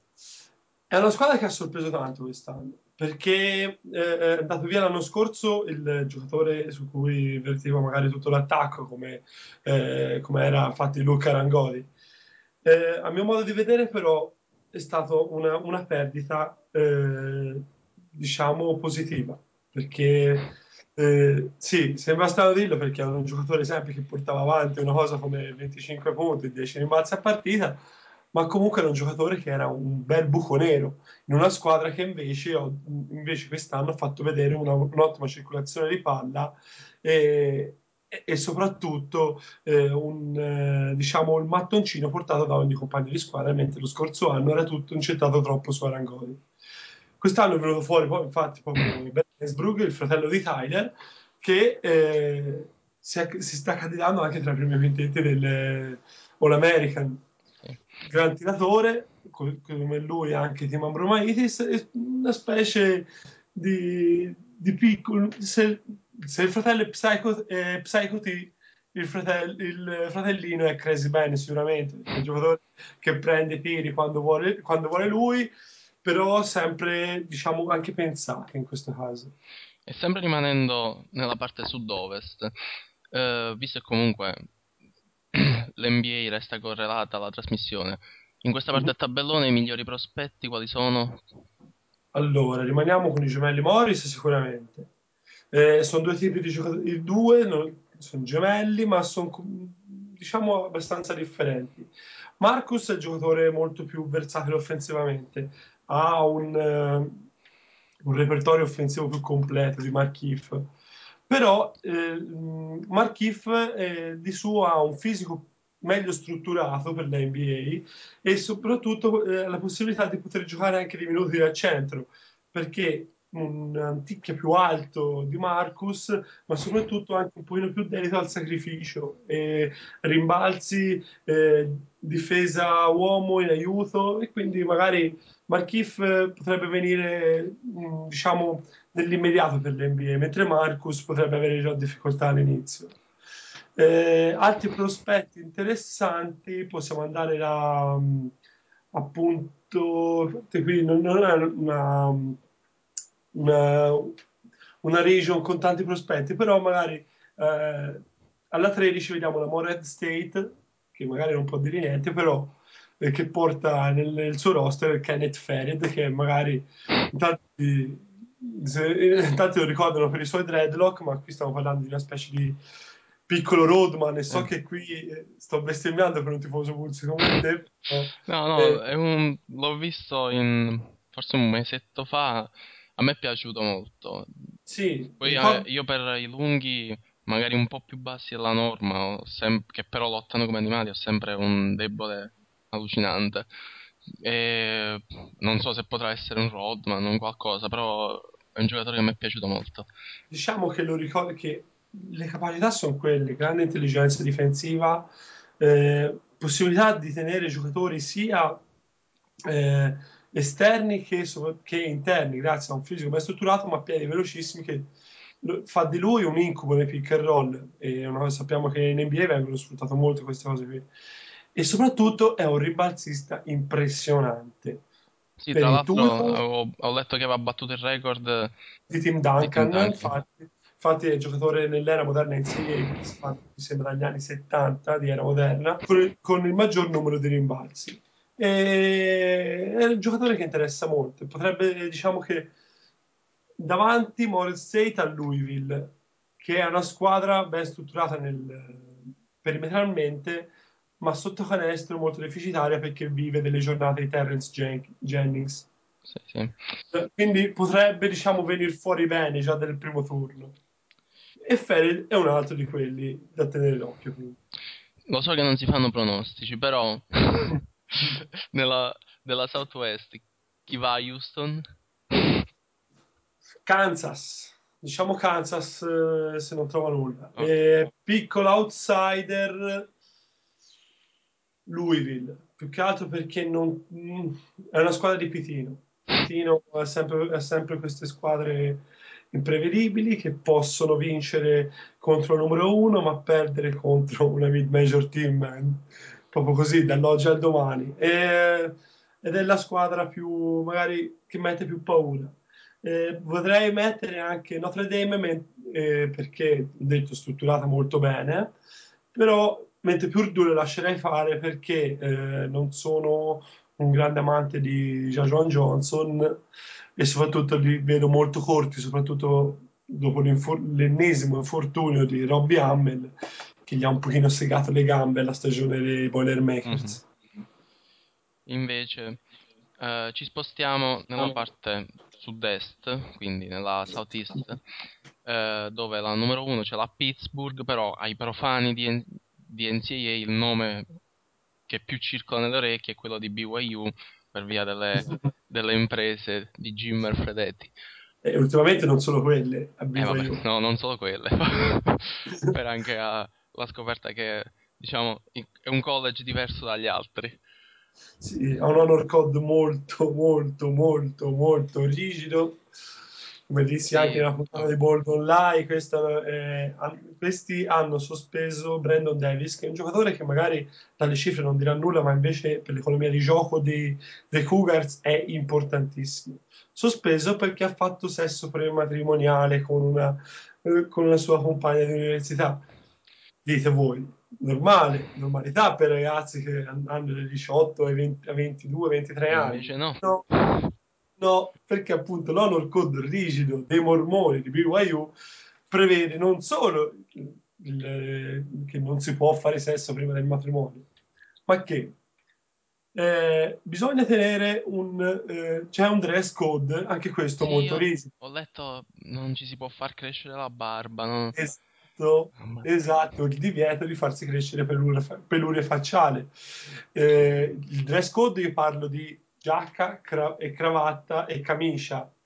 è una squadra che ha sorpreso tanto quest'anno, perché eh, è andato via l'anno scorso il giocatore su cui vertiva magari tutto l'attacco, come, eh, come era infatti Luca Rangodi. Eh, a mio modo di vedere, però, è stata una, una perdita, eh, diciamo, positiva, perché eh, sì, sembra strano dirlo perché era un giocatore sempre che portava avanti una cosa come venticinque punti, dieci rimbalzi a partita, ma comunque era un giocatore che era un bel buco nero in una squadra che invece, ho- invece quest'anno ha fatto vedere una- un'ottima circolazione di palla e, e- e soprattutto eh, un, eh, diciamo, il mattoncino portato da ogni compagno di squadra, mentre lo scorso anno era tutto incentrato troppo su Arangoni. Quest'anno è venuto fuori poi, infatti, proprio Ben Hansbrough, il fratello di Tyler, che eh, si, è- si sta candidando anche tra i primi quintetti del All-American. Sì. Gran tiratore, co- come lui anche Tim Ambromaitis, e una specie di, di piccolo... Se, se il fratello è Psycho, è Psycho T, il, fratel- il fratellino è Crazy Ben sicuramente, perché è un giocatore che prende i tiri quando vuole, quando vuole lui, però sempre, diciamo, anche pensato in questo caso. E sempre rimanendo nella parte sud-ovest, eh, visto che comunque l'N B A resta correlata alla trasmissione, in questa parte Mhm. del tabellone i migliori prospetti quali sono? Allora, rimaniamo con i gemelli Morris sicuramente. Eh, sono due tipi di giocatori, i due non- sono gemelli, ma sono diciamo abbastanza differenti. Marcus è un giocatore molto più versatile offensivamente, ha un, eh, un repertorio offensivo più completo di Markif. Però eh, mh, Markif eh, di suo ha un fisico meglio strutturato per l'N B A e soprattutto eh, la possibilità di poter giocare anche dei minuti al centro, perché un ticchio più alto di Marcus, ma soprattutto anche un pochino più dedito al sacrificio, e rimbalzi, eh, difesa uomo in aiuto, e quindi magari Markieff eh, potrebbe venire, mh, diciamo, nell'immediato per l'N B A, mentre Marcus potrebbe avere già difficoltà all'inizio. Eh, altri prospetti interessanti possiamo andare da, mh, appunto, qui non, non è una, una, una region con tanti prospetti, però magari eh, alla tredici vediamo la Morehead State, che magari non può dire niente, però eh, che porta nel, nel suo roster Kenneth Farid, che magari in tanti, se- in tanti lo ricordano per i suoi dreadlock, ma qui stiamo parlando di una specie di piccolo roadman, e so Eh. che qui eh, sto bestemmiando per un tifoso Bulls come te, però, No, no, eh, è un- l'ho visto in forse un mesetto fa. A me è piaciuto molto. sì, Poi eh, ricordo. io per i lunghi, magari un po' più bassi della norma, ho sem- che però lottano come animali, ho sempre un debole allucinante. E non so se potrà essere un Rodman o un qualcosa, però è un giocatore che mi è piaciuto molto. Diciamo che lo ricordo che le capacità sono quelle: grande intelligenza difensiva, eh, possibilità di tenere giocatori sia eh, esterni che, so- che interni, grazie a un fisico ben strutturato, ma piedi velocissimi, che lo- fa di lui un incubo nei pick and roll, e una- sappiamo che in N B A vengono sfruttate molto queste cose qui. E soprattutto è un ribalzista impressionante. Sì, Per tra l'altro intuito ho, ho letto che aveva battuto il record di Tim di Tim Duncan, Duncan. infatti, infatti è giocatore nell'era moderna N C A A, che si fa, mi sembra, dagli anni settanta di era moderna, con il, con il maggior numero di rimbalzi. E è un giocatore che interessa molto. Potrebbe, diciamo che davanti Morris State a Louisville, che è una squadra ben strutturata nel, perimetralmente, ma sotto canestro molto deficitaria, perché vive delle giornate di Terrence Jen- Jennings. Sì, sì. Quindi potrebbe, diciamo, venire fuori bene già dal primo turno. E Ferid è un altro di quelli da tenere d'occhio. Quindi. Lo so che non si fanno pronostici, però nella, nella Southwest chi va a Houston? Kansas, diciamo Kansas, eh, se non trova nulla. Ok. E piccolo outsider, Louisville, più che altro perché non, mh, è una squadra di Pitino. Pitino ha sempre, ha sempre queste squadre imprevedibili, che possono vincere contro il numero uno, ma perdere contro una mid-major team, eh, proprio così, dall'oggi al domani. E- ed è la squadra più, magari, che mette più paura. Eh, vorrei mettere anche Notre Dame, men- eh, perché, ho detto, strutturata molto bene, però mentre Purdue le lascerei fare, perché eh, non sono un grande amante di Jajon Johnson, e soprattutto li vedo molto corti, soprattutto dopo l'infor- l'ennesimo infortunio di Robbie Hammel, che gli ha un pochino segato le gambe alla stagione dei Mhm. Boilermakers. Invece eh, ci spostiamo nella parte sud-est, quindi nella Southeast, eh, dove la numero uno c'è la Pittsburgh, però ai profani di, N- di N C A A il nome che più circola nelle orecchie è quello di B Y U per via delle, delle imprese di Jimmer Fredetti. E ultimamente non solo quelle a Eh vabbè, B Y U. no, non solo quelle, per anche la, la scoperta che, diciamo, i- è un college diverso dagli altri. Sì, ha un honor code molto, molto, molto, molto rigido. Come dissi anche Sì, nella puntata oh, di Bold Online, questa, eh, han- questi hanno sospeso Brandon Davis, che è un giocatore che magari dalle cifre non dirà nulla, ma invece per l'economia di gioco dei, dei Cougars è importantissimo. Sospeso perché ha fatto sesso prematrimoniale con una, eh, con una sua compagna di università. Dite voi, normale, normalità per ragazzi che hanno dai diciotto ai venti, ai ventidue ventitré anni. invece no. No, no, perché appunto l'honor code rigido dei mormoni di B Y U prevede non solo il- il- che non si può fare sesso prima del matrimonio, ma che eh, bisogna tenere un, eh, c'è un dress code, anche questo Sì, molto io rigido. ho letto non ci si può far crescere la barba, no? Esatto, Mamma mia. esatto, il divieto di farsi crescere peluria, peluria facciale. Eh, il dress code, io parlo di giacca cra- e cravatta e camicia,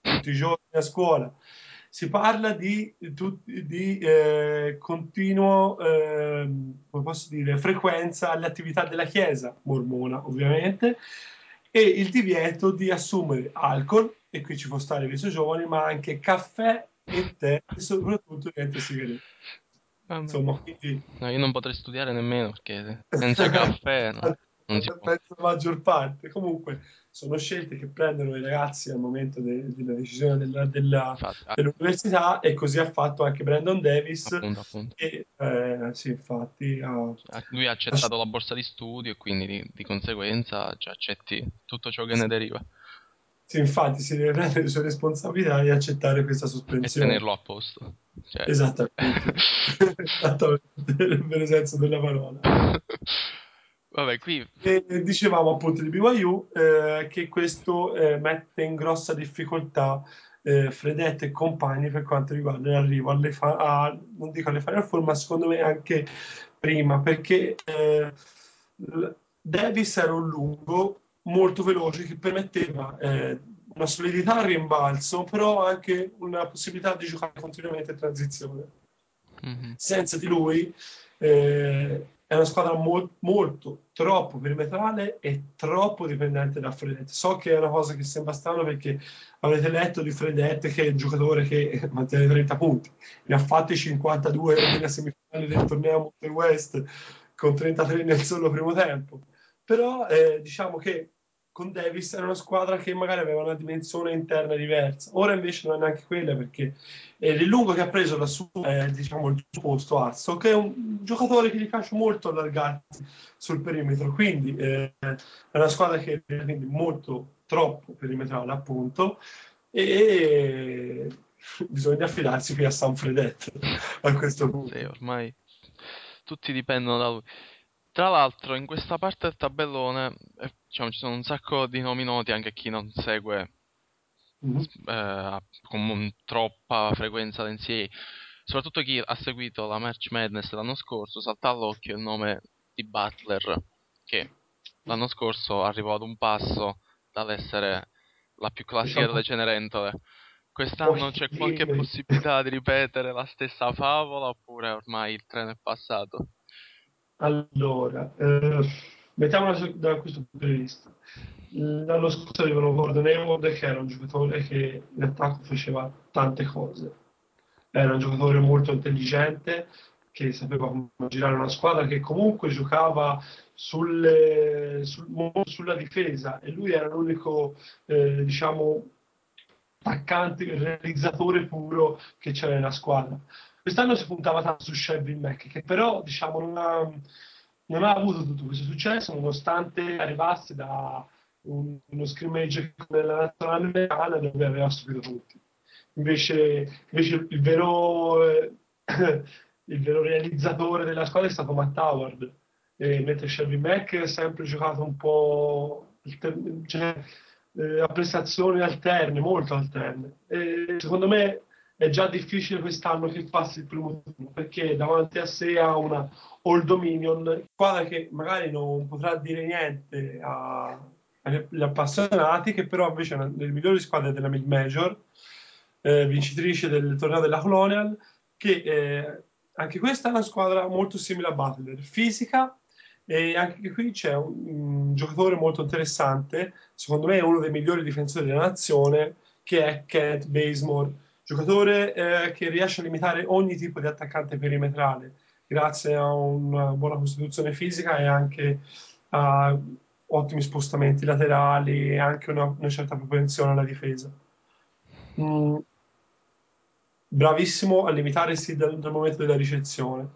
tutti i giorni a scuola. Si parla di, di, di eh, continuo, eh, come posso dire, frequenza alle attività della Chiesa mormona, ovviamente, e il divieto di assumere alcol, e qui ci può stare viso giovani, ma anche caffè e tè, e soprattutto niente sigarette. Vabbè. Insomma, quindi No, io non potrei studiare nemmeno perché senza caffè no, non si può. penso la maggior parte. Comunque sono scelte che prendono i ragazzi al momento de- della decisione della- della- Infatti, ah, dell'università, e così ha fatto anche Brandon Davis. appunto, appunto. E eh, sì, infatti, ha, Ah, lui ha accettato la borsa di studio e quindi di, di conseguenza cioè, accetti tutto ciò che ne deriva sì, infatti si deve prendere le sue responsabilità e accettare questa e sospensione. tenerlo a posto. Cioè... Esattamente, esattamente, nel vero senso della parola. Vabbè, qui E dicevamo appunto di B Y U eh, che questo eh, mette in grossa difficoltà eh, Fredette e compagni per quanto riguarda l'arrivo alle fa- a, non dico alle Final Four, ma secondo me anche prima, perché eh, l- Davis era un lungo molto veloce che permetteva eh, una solidità al rimbalzo, però anche una possibilità di giocare continuamente in transizione. mhm. Senza di lui eh, è una squadra mol- molto, troppo perimetrale e troppo dipendente da Fredette. So che è una cosa che sembra strano perché avete letto di Fredette che è il giocatore che mantiene trenta punti, ne ha fatti cinquantadue nella semifinale del torneo Mountain West con trentatré nel solo primo tempo. Però eh, diciamo che con Davis era una squadra che magari aveva una dimensione interna diversa. Ora invece non è neanche quella perché eh, il lungo che ha preso la sua, eh, diciamo, il suo posto Azzo, che è un giocatore che gli piace molto allargarsi sul perimetro, quindi eh, è una squadra che è quindi molto troppo perimetrale appunto e bisogna affidarsi qui a San Fredette a questo Sì, punto. ormai tutti dipendono da lui. Tra l'altro, in questa parte del tabellone, eh, diciamo, ci sono un sacco di nomi noti anche a chi non segue Mhm. eh, con un- troppa frequenza l'N C A A. Soprattutto chi ha seguito la March Madness l'anno scorso, salta all'occhio il nome di Butler, che l'anno scorso arrivò ad un passo dall'essere la più classica delle Diciamo, Cenerentole. Quest'anno c'è qualche occhi possibilità di ripetere la stessa favola oppure ormai il treno è passato? allora, eh, mettiamola su- da questo punto di vista. L'anno scorso avevano Gordon Hayward, che era un giocatore che in attacco faceva tante cose. Era un giocatore molto intelligente, che sapeva come girare una squadra, che comunque giocava sulle- sul- molto sulla difesa, e lui era l'unico, eh, diciamo, attaccante, realizzatore puro che c'era nella squadra. Quest'anno si puntava tanto su Shelby Mack, che però diciamo, non ha, non ha avuto tutto questo successo, nonostante arrivasse da un- uno scrimmage nella nazionale americana dove aveva stupito tutti. Invece, invece il vero, eh, il vero realizzatore della squadra è stato Matt Howard, eh, mentre Shelby Mack ha sempre giocato un po' alter- cioè, eh, a prestazioni alterne, molto alterne. E secondo me è già difficile quest'anno che passi il primo turno, perché davanti a sé ha una Old Dominion, squadra che magari non potrà dire niente a- agli appassionati, che però invece è una delle migliori squadre della Mid Major, eh, vincitrice del torneo della Colonial, che eh, anche questa è una squadra molto simile a Butler, fisica, e anche qui c'è un, un giocatore molto interessante, secondo me è uno dei migliori difensori della nazione, che è Kent Bazemore, giocatore eh, che riesce a limitare ogni tipo di attaccante perimetrale, grazie a una buona costituzione fisica e anche a ottimi spostamenti laterali e anche una, una certa propensione alla difesa. Mm, bravissimo a limitarsi dal, dal momento della ricezione.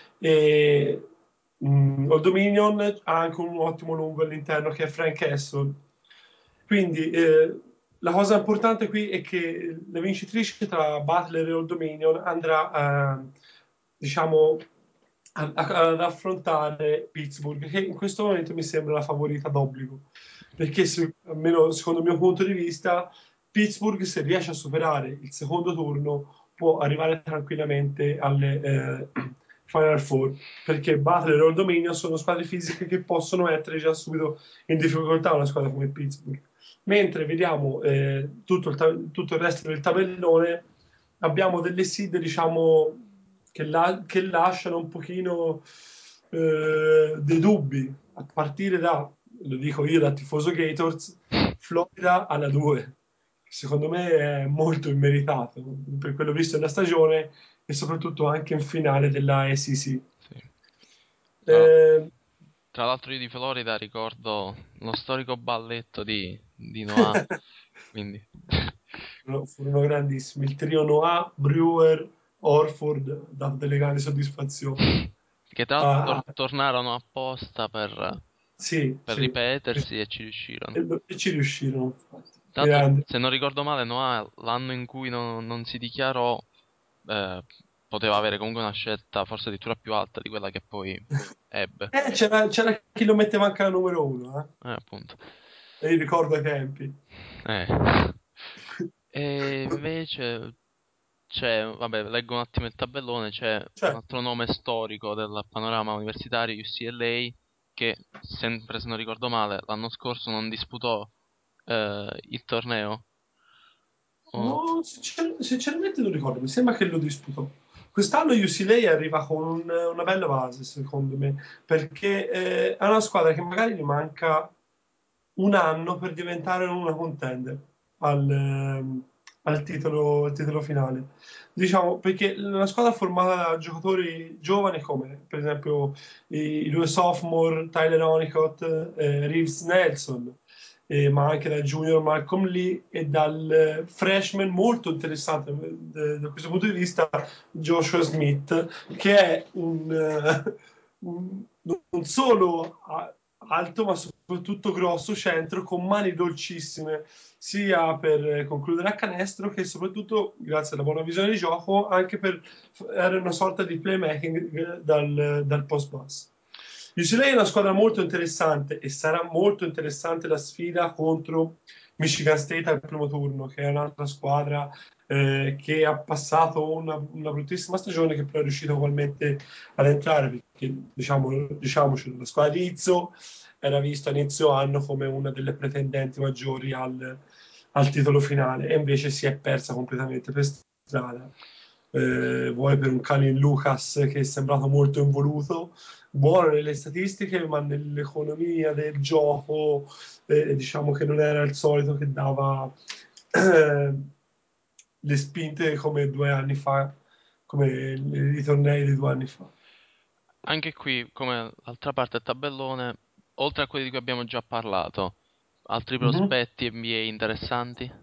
E, mm, Old Dominion ha anche un ottimo lungo all'interno che è Frank Castle. Quindi eh, la cosa importante qui è che la vincitrice tra Butler e Old Dominion andrà eh, diciamo a- a- ad affrontare Pittsburgh, che in questo momento mi sembra la favorita d'obbligo, perché se- almeno secondo il mio punto di vista Pittsburgh, se riesce a superare il secondo turno, può arrivare tranquillamente alle eh, Final Four, perché Butler e Old Dominion sono squadre fisiche che possono mettere già subito in difficoltà una squadra come Pittsburgh. Mentre vediamo eh, tutto, il ta- tutto il resto del tabellone, abbiamo delle seed, diciamo, che, la- che lasciano un pochino eh, dei dubbi, a partire da, lo dico io da tifoso Gators, Florida alla due. Secondo me è molto immeritato per quello visto nella stagione e soprattutto anche in finale della S E C. Sì. Tra, Eh, tra l'altro io di Florida ricordo lo storico balletto di, di Noah, quindi furono furono grandissimi. Il trio Noah, Brewer, Orford, dato delle grandi soddisfazioni. che tra l'altro Ah, tor- tornarono apposta per, sì, per sì. ripetersi e ci riuscirono. E, e ci riuscirono, infatti. Tanto, Grande. se non ricordo male, Noah l'anno in cui non, non si dichiarò eh, poteva avere comunque una scelta forse addirittura più alta di quella che poi ebbe. Eh, c'era, c'era chi lo metteva anche al numero uno, eh. Eh, appunto. E io ricordo ai tempi. Eh. E invece c'è, vabbè, leggo un attimo il tabellone, c'è un Cioè, altro nome storico del panorama universitario, U C L A, che sempre se non ricordo male l'anno scorso non disputò eh, il torneo. Oh, no, sincer- sinceramente non ricordo, mi sembra che lo disputò. Quest'anno U C L A arriva con un- una bella base, secondo me, perché eh, è una squadra che magari gli manca un anno per diventare una contender al, ehm, al titolo, al titolo finale. Diciamo, perché una squadra formata da giocatori giovani come, per esempio, i, i due sophomore, Tyler Honeycutt, eh, Reeves Nelson, eh, ma anche dal junior Malcolm Lee e dal eh, freshman molto interessante eh, da questo punto di vista Joshua Smith, che è un, eh, un- non solo a- alto ma soprattutto grosso centro con mani dolcissime sia per eh, concludere a canestro che soprattutto grazie alla buona visione di gioco anche per fare una sorta di playmaking eh, dal, dal post basso. U C L A è una squadra molto interessante e sarà molto interessante la sfida contro Michigan State al primo turno, che è un'altra squadra eh, che ha passato una, una bruttissima stagione, che però è riuscita ugualmente ad entrare, perché diciamo, diciamoci, la squadra di Izzo era vista a inizio anno come una delle pretendenti maggiori al, al titolo finale e invece si è persa completamente per strada. Eh, vuoi per un Kalin Lucas che è sembrato molto involuto, buono nelle statistiche, ma nell'economia del gioco, eh, diciamo che non era il solito che dava eh, le spinte come due anni fa, come i i tornei di due anni fa. anche qui, come l'altra parte del tabellone, oltre a quelli di cui abbiamo già parlato, altri Mhm. prospetti N B A interessanti?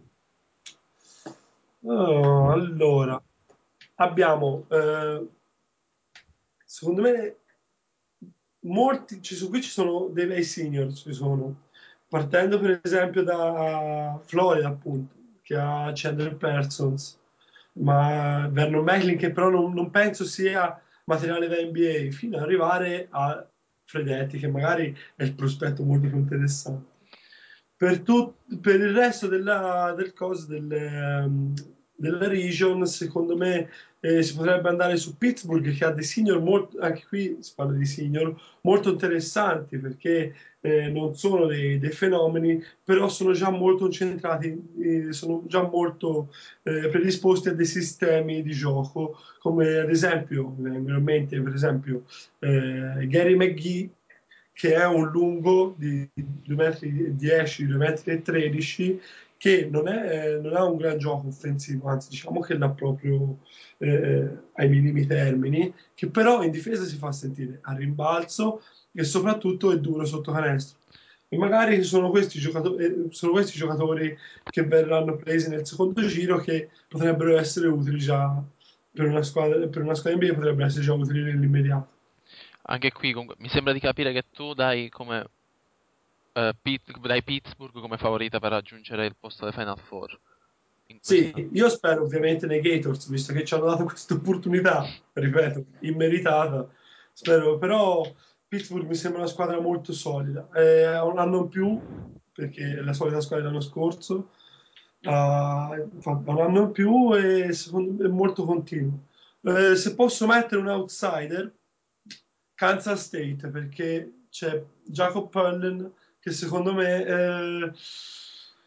Oh, allora, abbiamo, eh, secondo me, molti, ci sono, qui ci sono dei bei senior, ci sono, partendo per esempio da Florida, appunto, che ha Chandler Parsons, ma Vernon Macklin, che però non, non penso sia materiale da N B A, fino ad arrivare a Fredetti, che magari è il prospetto molto più interessante. Per, tut- per il resto della, del coso del, ehm, della region, secondo me eh, si potrebbe andare su Pittsburgh, che ha dei senior molto, anche qui si parla di senior, molto interessanti perché eh, non sono dei, dei fenomeni, però sono già molto concentrati, eh, sono già molto eh, predisposti a dei sistemi di gioco, come ad esempio, mi vengono in mente per esempio eh, Gary McGee, che è un lungo di due metri e dieci, due metri e tredici, che non, è, non ha un gran gioco offensivo, anzi diciamo che l'ha proprio eh, ai minimi termini, che però in difesa si fa sentire a rimbalzo e soprattutto è duro sotto canestro. E magari sono questi giocatori, eh, sono questi giocatori che verranno presi nel secondo giro che potrebbero essere utili già per una squadra, per una squadra N B A, potrebbero essere già utili nell'immediato. Anche qui comunque mi sembra di capire che tu dai come eh, Pitt- dai Pittsburgh come favorita per raggiungere il posto delle Final Four in questa. Sì, io spero ovviamente nei Gators, visto che ci hanno dato questa opportunità, ripeto, immeritata. Spero, però Pittsburgh mi sembra una squadra molto solida. Eh, ha un anno in più, perché è la solita squadra dell'anno scorso, ha fatto un anno in più e secondo me è molto continuo. Eh, se posso mettere un outsider, Kansas State, perché c'è Jacob Pullen che secondo me eh,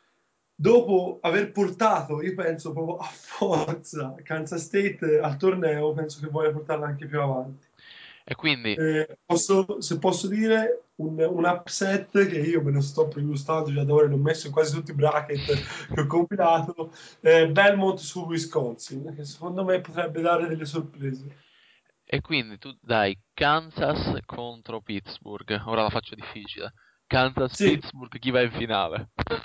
dopo aver portato, io penso proprio a forza, Kansas State al torneo, penso che voglia portarla anche più avanti. E quindi, Eh, posso- se posso dire un, un upset che io me ne sto pregustando già da ora, l'ho messo in quasi tutti i bracket che ho compilato, eh, Belmont su Wisconsin, che secondo me potrebbe dare delle sorprese. e quindi tu dai Kansas contro Pittsburgh. Ora la faccio difficile. Sì, Kansas-Pittsburgh, chi va in finale?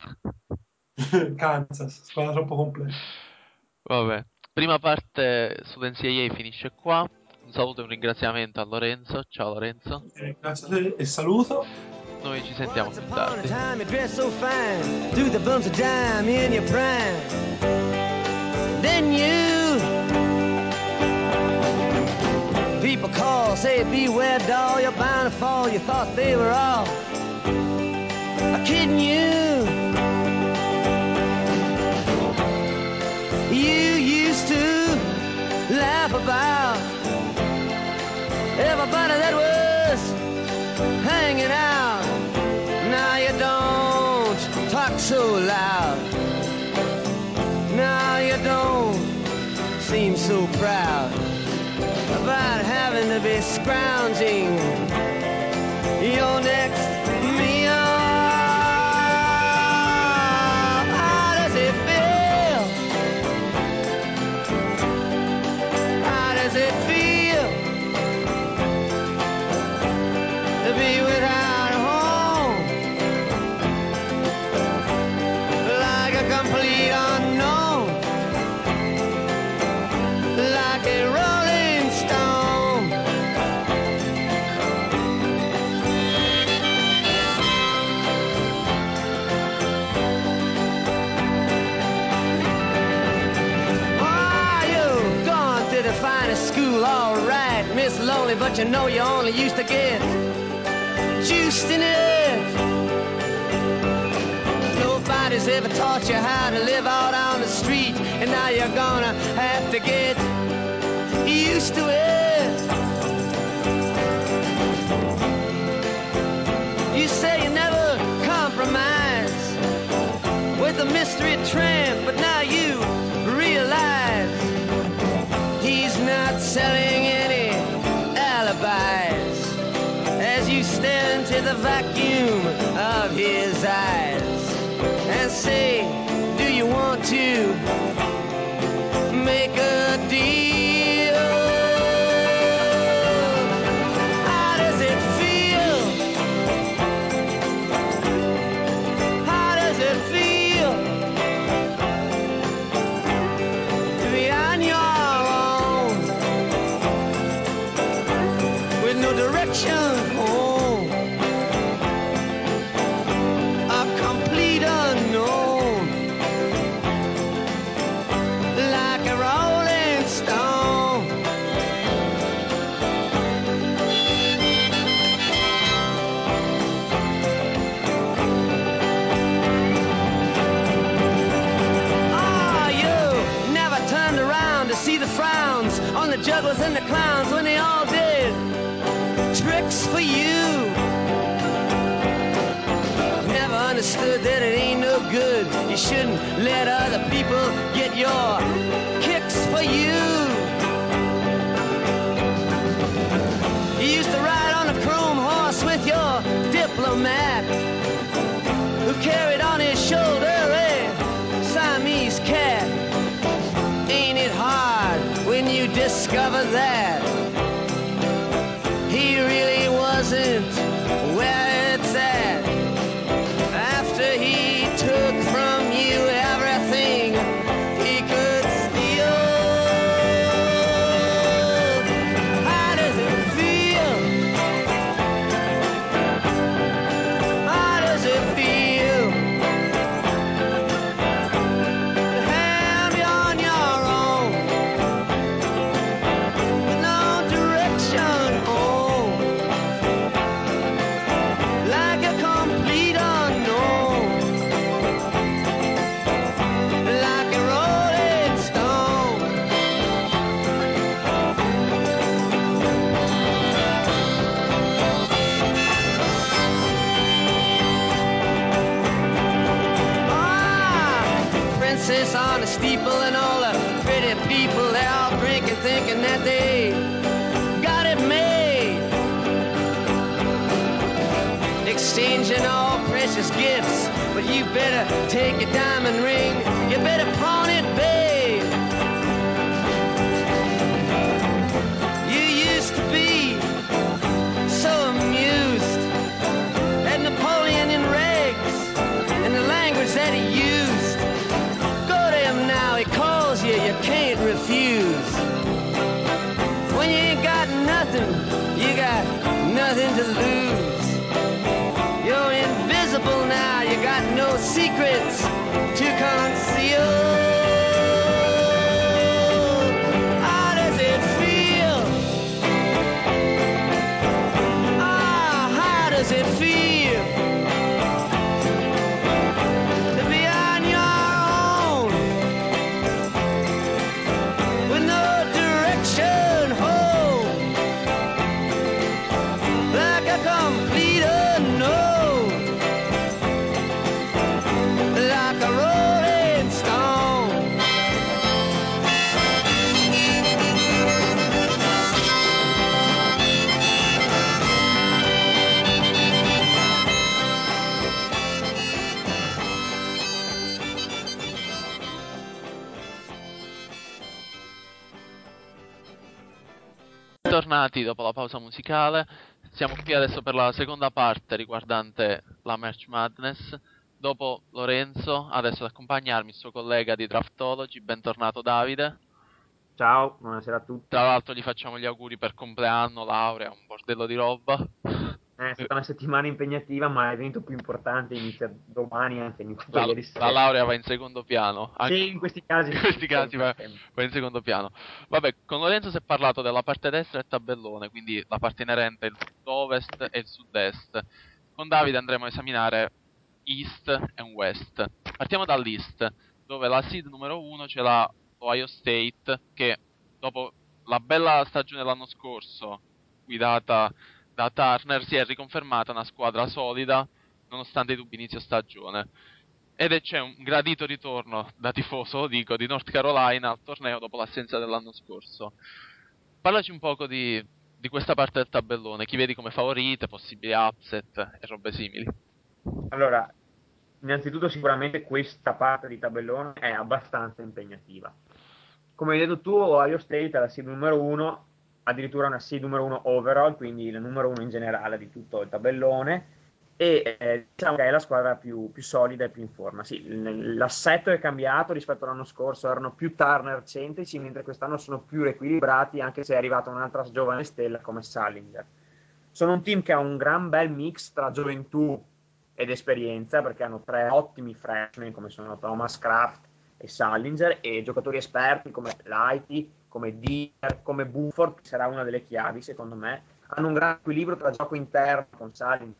Kansas, squadra troppo completa. Vabbè, prima parte su N C A A finisce qua. Un saluto e un ringraziamento a Lorenzo. Ciao Lorenzo. Eh, grazie a te e saluto. Noi ci sentiamo Once più upon a tardi. time you dressed so fine, threw the bumps of dime in your prime. Then you people call, say beware doll, you're bound to fall. You thought they were all kidding you. You used to laugh about everybody that was hanging out. Now you don't talk so loud. Now you don't seem so proud about having to be scrounging your next meal. How does it feel? How does it feel to be without a home? Like a complete unknown, like a rolling stone. Oh, you've gone to the finest school, all right, Miss Lonely, but you know you only used to get juiced in it. Nobody's ever taught you how to live out on the street, and now you're gonna have to get used to it. You say you never compromise with the mystery tramp, but now you realize he's not selling any alibis as you stare into the vacuum of his eyes and say, do you want to make a deal? How does it feel? How does it feel to be on your own with no direction home? A complete unknown, like a rolling stone. Ah, you never turned around to see the frowns on the jugglers and the clowns when they all did tricks for you. Never understood that it ain't no good. You shouldn't let other people get your kicks for you. You used to ride on a chrome horse with your diplomat, who carried on his shoulder a Siamese cat. Ain't it hard when you discover that he really wasn't where it's at? After he took from you everything he could steal. How does it feel? How does it feel to have you on your own with no steeple and all the pretty people, they're all drinking, thinking that they got it made. Exchanging all precious gifts, but you better take your diamond ring, you better pawn it, babe. You used to be so amused at Napoleon in rags and the language that he used. Go to him now, he calls you, you can't refuse. When you ain't got nothing, you got nothing to lose. You're invisible now, you got no secrets to conceal. How does it feel? Ah, how does it feel to be on your own with no direction home, like a complete unknown, like a rolling stone? Tornati dopo la pausa musicale, siamo qui adesso per la seconda parte riguardante la March Madness. Dopo Lorenzo, adesso ad accompagnarmi il suo collega di Draftology. Bentornato Davide. Ciao, buonasera a tutti. Tra l'altro gli facciamo gli auguri per compleanno, laurea, un bordello di roba. È stata una settimana impegnativa, ma l'evento più importante inizia domani, anche iniziato La, ieri la sera. laurea va in secondo piano. Anche Sì, in questi casi. in questi casi va, va in secondo piano. Vabbè, con Lorenzo si è parlato della parte destra del tabellone, quindi la parte inerente il sud-ovest e il sud-est. Con Davide andremo a esaminare East e West. Partiamo dall'East, dove la seed numero uno ce l'ha Ohio State, che dopo la bella stagione dell'anno scorso, guidata da Turner, si è riconfermata una squadra solida nonostante i dubbi inizio stagione. Ed c'è un gradito ritorno da tifoso, lo dico, di North Carolina al torneo dopo l'assenza dell'anno scorso. Parlaci un poco di, di questa parte del tabellone, chi vedi come favorite, possibili upset e robe simili. Allora, innanzitutto sicuramente questa parte di tabellone è abbastanza impegnativa. Come hai detto tu, Ohio State è la seed numero uno, addirittura una seed numero uno overall, quindi il numero uno in generale di tutto il tabellone, e eh, diciamo che è la squadra più, più solida e più in forma. Sì, l- l'assetto è cambiato rispetto all'anno scorso, erano più Turner centrici, mentre quest'anno sono più riequilibrati, anche se è arrivata un'altra giovane stella come Salinger. Sono un team che ha un gran bel mix tra gioventù ed esperienza, perché hanno tre ottimi freshman come sono Thomas Kraft e Salinger, e giocatori esperti come Lighty, come Deer, come Buford, che sarà una delle chiavi secondo me. Hanno un gran equilibrio tra gioco interno con Salinger,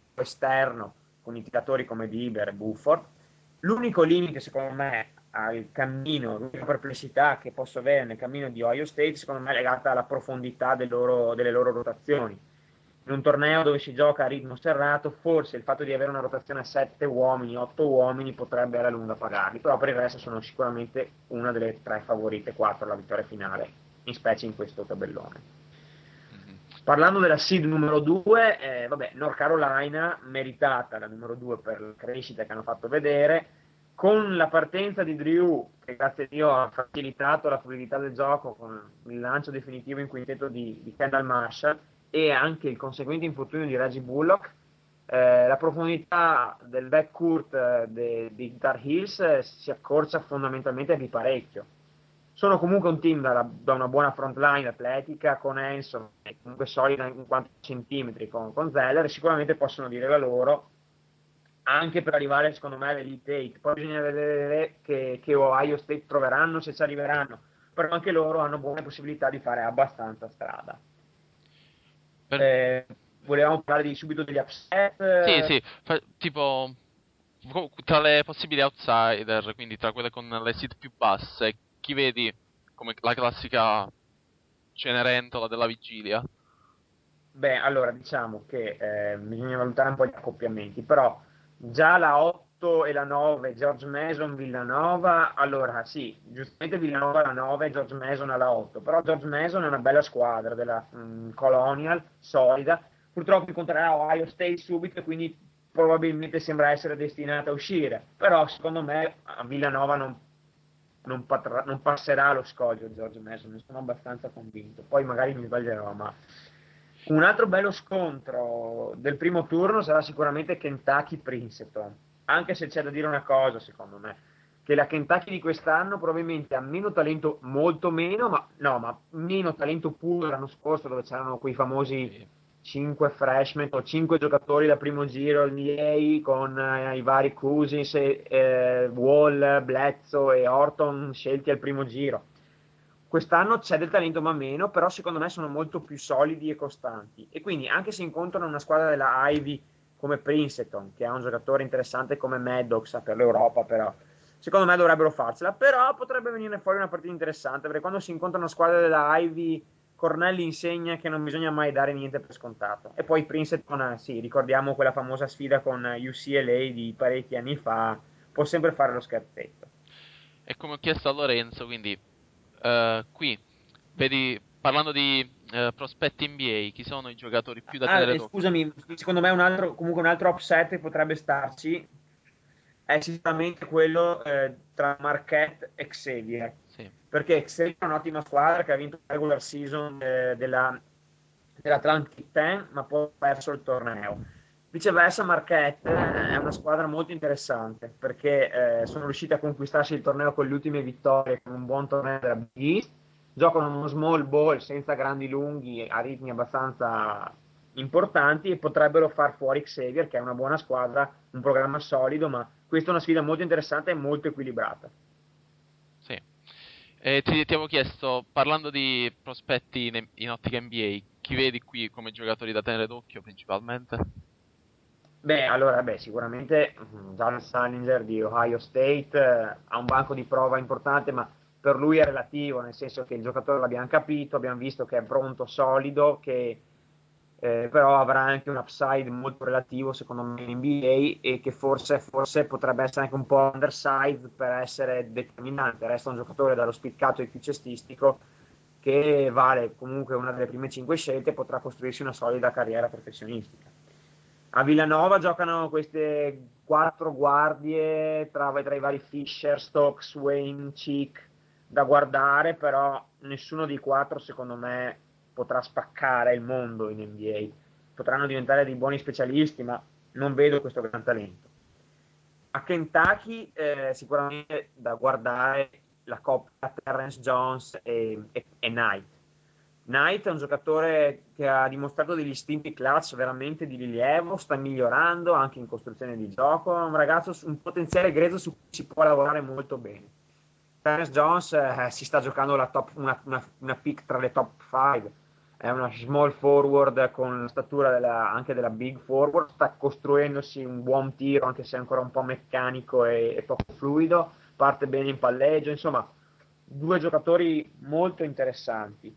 esterno con indicatori come Bieber e Buford. L'unico limite secondo me al cammino, l'unica perplessità che posso avere nel cammino di Ohio State secondo me è legata alla profondità del loro, delle loro rotazioni. In un torneo dove si gioca a ritmo serrato, forse il fatto di avere una rotazione a sette uomini, otto uomini potrebbe alla lunga pagarli, però per il resto sono sicuramente una delle tre favorite, quattro alla vittoria finale, in specie in questo tabellone. Parlando della seed numero due, eh, vabbè, North Carolina, meritata la numero due per la crescita che hanno fatto vedere, con la partenza di Drew, che grazie a Dio ha facilitato la fluidità del gioco con il lancio definitivo in quintetto di, di Kendall Marshall, e anche il conseguente infortunio di Reggie Bullock, eh, la profondità del backcourt eh, de, di Tar Heels eh, si accorcia fondamentalmente di parecchio. Sono comunque un team da, da una buona front line atletica, con Enson, comunque solida in quanto centimetri con, con Zeller, e sicuramente possono dire la loro, anche per arrivare secondo me all'Elite otto. Poi bisogna vedere che, che Ohio State troveranno, se ci arriveranno, però anche loro hanno buone possibilità di fare abbastanza strada. Per... Eh, volevamo parlare di, subito degli upset? Sì, sì, fa- tipo tra le possibili outsider, quindi tra quelle con le seed più basse, chi vedi come la classica Cenerentola della vigilia? Beh, allora diciamo che eh, bisogna valutare un po' gli accoppiamenti, però già la otto otto e la nove, George Mason, Villanova, allora sì, giustamente Villanova alla nove, George Mason alla otto, però George Mason è una bella squadra della mh, Colonial, solida, purtroppo incontrerà Ohio State subito e quindi probabilmente sembra essere destinata a uscire, però secondo me a Villanova non, non, patra- non passerà lo scoglio George Mason, ne sono abbastanza convinto, poi magari mi sbaglierò, ma un altro bello scontro del primo turno sarà sicuramente Kentucky-Princeton, anche se c'è da dire una cosa, secondo me, che la Kentucky di quest'anno probabilmente ha meno talento, molto meno, ma no, ma meno talento puro l'anno scorso, dove c'erano quei famosi cinque freshman o cinque giocatori da primo giro N B A con eh, i vari Cousins, e, eh, Wall, Bledsoe e Horton scelti al primo giro. Quest'anno c'è del talento ma meno, però secondo me sono molto più solidi e costanti. E quindi anche se incontrano una squadra della Ivy come Princeton, che ha un giocatore interessante come Maddox per l'Europa, però secondo me dovrebbero farcela. Però potrebbe venire fuori una partita interessante, perché quando si incontra una squadra della Ivy, Cornelli insegna che non bisogna mai dare niente per scontato. E poi Princeton, sì, ricordiamo quella famosa sfida con U C L A di parecchi anni fa, può sempre fare lo scherzetto. E come ho chiesto a Lorenzo, quindi eh, qui vedi, parlando di eh, prospetti N B A, chi sono i giocatori più da Ah, tenere eh, d'occhio? scusami, secondo me un altro, comunque un altro upset che potrebbe starci è sicuramente quello eh, tra Marquette e Xavier, Sì, perché Xavier è un'ottima squadra che ha vinto la regular season eh, della, dell'Atlantic dieci, ma poi ha perso il torneo. Viceversa, Marquette eh, è una squadra molto interessante perché eh, sono riusciti a conquistarsi il torneo con le ultime vittorie, con un buon torneo della Big East, giocano uno small ball senza grandi lunghi a ritmi abbastanza importanti e potrebbero far fuori Xavier, che è una buona squadra, un programma solido, ma questa è una sfida molto interessante e molto equilibrata. sì. E ti, ti avevo chiesto, parlando di prospetti in, in ottica N B A, chi vedi qui come giocatori da tenere d'occhio principalmente? Beh, allora, beh, sicuramente mm, Jalen Salinger di Ohio State eh, ha un banco di prova importante, ma per lui è relativo, nel senso che il giocatore l'abbiamo capito, abbiamo visto che è pronto, solido, che eh, però avrà anche un upside molto relativo, secondo me, in N B A e che forse, forse potrebbe essere anche un po' undersized per essere determinante. Resta un giocatore dallo spiccato e più cestistico che vale comunque una delle prime cinque scelte e potrà costruirsi una solida carriera professionistica. A Villanova giocano queste quattro guardie tra, tra i vari Fisher, Stokes, Wayne, Cheek da guardare, però nessuno dei quattro secondo me potrà spaccare il mondo in N B A. Potranno diventare dei buoni specialisti, ma non vedo questo gran talento. A Kentucky eh, sicuramente da guardare la coppia Terrence Jones e, e, e Knight. Knight è un giocatore che ha dimostrato degli istinti clutch veramente di rilievo, sta migliorando anche in costruzione di gioco, è un ragazzo, un potenziale grezzo su cui si può lavorare molto bene. Terence Jones eh, si sta giocando la top, una, una, una pick tra le top cinque, è una small forward con la statura della, anche della big forward, sta costruendosi un buon tiro anche se è ancora un po' meccanico e, e poco fluido, parte bene in palleggio, insomma due giocatori molto interessanti.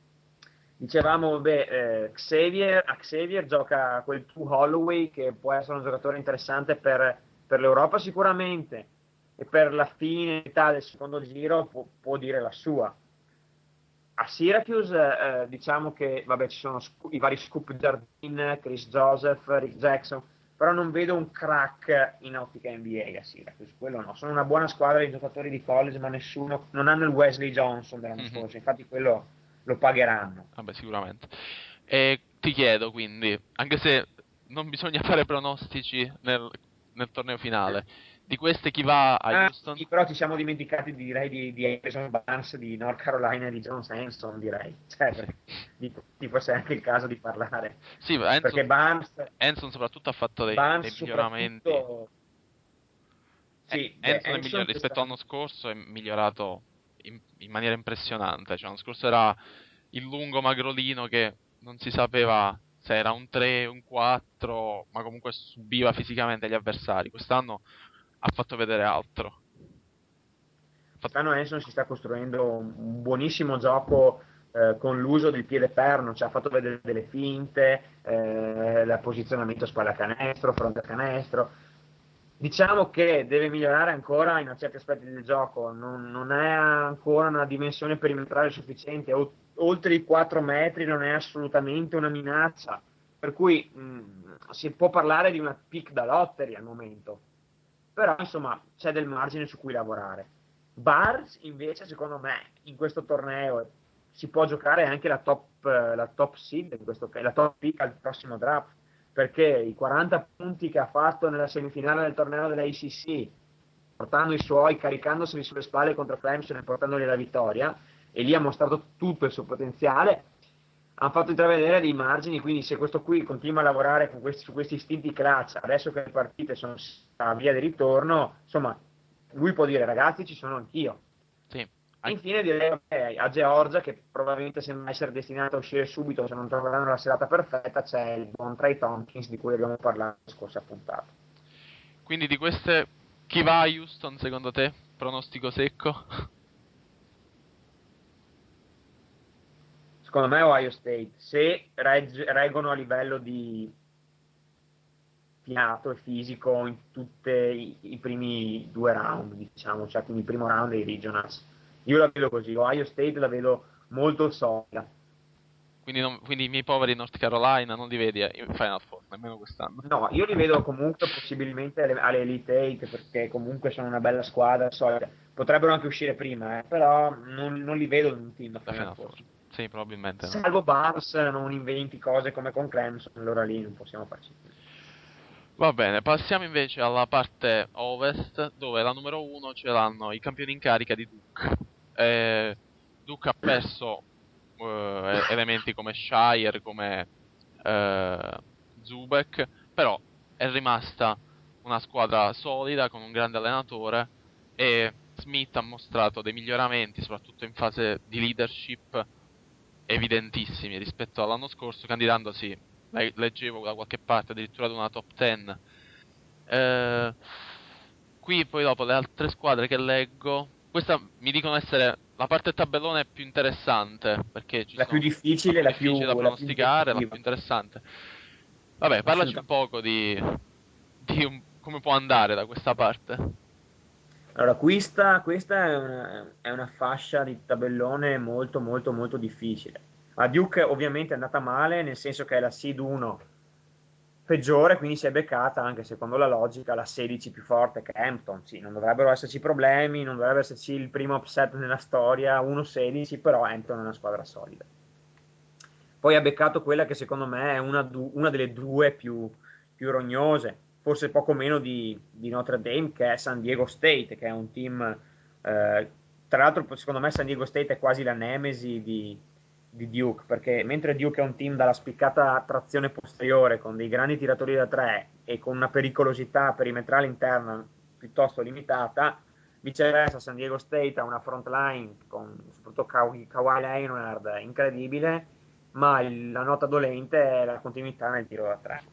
Dicevamo, beh, eh, Xavier, a Xavier gioca quel Tu Holloway che può essere un giocatore interessante per, per l'Europa sicuramente e per la finalità del secondo giro può, può dire la sua. A Syracuse eh, diciamo che vabbè, ci sono scu- i vari Scoop Jardine, Chris Joseph, Rick Jackson, però non vedo un crack in ottica N B A a Syracuse, quello no. Sono una buona squadra di giocatori di college, ma nessuno, non hanno il Wesley Johnson dell'anno Mhm. scorso, infatti quello lo pagheranno. Vabbè, sicuramente. E ti chiedo quindi, anche se non bisogna fare pronostici nel, nel torneo finale, di queste chi va a Ah, Houston? sì, però ci siamo dimenticati direi di, di Harrison Barnes di North Carolina e di John Sanson, direi. Cioè, Sì, perché di tutti forse è anche il caso di parlare. sì, Hanson, Perché Barnes, Hanson soprattutto ha fatto dei, dei Barnes miglioramenti. soprattutto, Eh, sì, beh, Hanson è miglior- Hanson rispetto all'anno quest'anno. scorso è migliorato in, in maniera impressionante. Cioè, l'anno scorso era il lungo magrolino che non si sapeva se era un tre, un quattro, ma comunque subiva fisicamente gli avversari. Quest'anno ha fatto vedere altro. Ha fatto- Quest'anno Hanson si sta costruendo un buonissimo gioco eh, con l'uso del piede perno, cioè ha fatto vedere delle finte, eh, il posizionamento spalla canestro, fronte a canestro. Diciamo che deve migliorare ancora in certi aspetti del gioco, non, non è ancora una dimensione perimetrale sufficiente, o- oltre i quattro metri non è assolutamente una minaccia, per cui mh, si può parlare di una pick da lottery al momento, però insomma c'è del margine su cui lavorare. Barnes invece secondo me in questo torneo si può giocare anche la top, eh, la top seed, in questo, la top pick al prossimo draft, perché i quaranta punti che ha fatto nella semifinale del torneo della A C C, portando i suoi, caricandoseli sulle spalle contro Clemson e portandoli alla vittoria, e lì ha mostrato tutto il suo potenziale, hanno fatto intravedere dei margini, quindi se questo qui continua a lavorare con questi, su questi istinti clutch, adesso che le partite sono a via di ritorno, insomma, lui può dire ragazzi ci sono anch'io. Sì. Infine direi okay, a Georgia, che probabilmente sembra essere destinata a uscire subito se non troveranno la serata perfetta, c'è il buon Trey Tompkins di cui abbiamo parlato nella scorsa puntata. Quindi di queste, chi va a Houston secondo te? Pronostico secco? Secondo me Ohio State, se regg- reggono a livello di fiato e fisico in tutti i, i primi due round, diciamo, cioè quindi il primo round dei regionals. Io la vedo così, Ohio State la vedo molto solida. Quindi, non, quindi i miei poveri North Carolina non li vedi in Final Four, nemmeno quest'anno. No, io li vedo comunque possibilmente alle, alle Elite Eight perché comunque sono una bella squadra, solida. Potrebbero anche uscire prima, eh, però non, non li vedo in un team da Da Final Final Four. Four. Sì, probabilmente no. Salvo Barnes non inventi cose come con Clemson, allora lì non possiamo farci più. Va bene, passiamo invece alla parte ovest, dove la numero uno ce l'hanno i campioni in carica di Duke. Eh, Duke ha perso eh, elementi come Shire, come eh, Zubek, però è rimasta una squadra solida con un grande allenatore e Smith ha mostrato dei miglioramenti, soprattutto in fase di leadership, evidentissimi rispetto all'anno scorso, candidandosi, le- leggevo da qualche parte, addirittura ad una top dieci. Eh, qui poi dopo le altre squadre che leggo, questa mi dicono essere la parte tabellone più interessante, perché ci La più sono difficile, la più la più, difficile da la più pronosticare, la più impegnativa. interessante. Vabbè, parlaci un Assolutamente. poco di, di un- come può andare da questa parte. Allora, questa, questa è una, è una fascia di tabellone molto, molto, molto difficile. A Duke ovviamente è andata male, nel senso che è la seed uno peggiore, quindi si è beccata, anche secondo la logica, la sedici più forte che è Hampton. Sì, non dovrebbero esserci problemi, non dovrebbe esserci il primo upset nella storia, uno sedici, però Hampton è una squadra solida. Poi ha beccato quella che secondo me è una, du- una delle due più, più rognose, forse poco meno di, di Notre Dame, che è San Diego State, che è un team, eh, tra l'altro secondo me San Diego State è quasi la nemesi di, di Duke, perché mentre Duke è un team dalla spiccata trazione posteriore, con dei grandi tiratori da tre e con una pericolosità perimetrale interna piuttosto limitata, viceversa San Diego State ha una front line con soprattutto Kawhi Kawhi Leonard incredibile, ma il- la nota dolente è la continuità nel tiro da tre.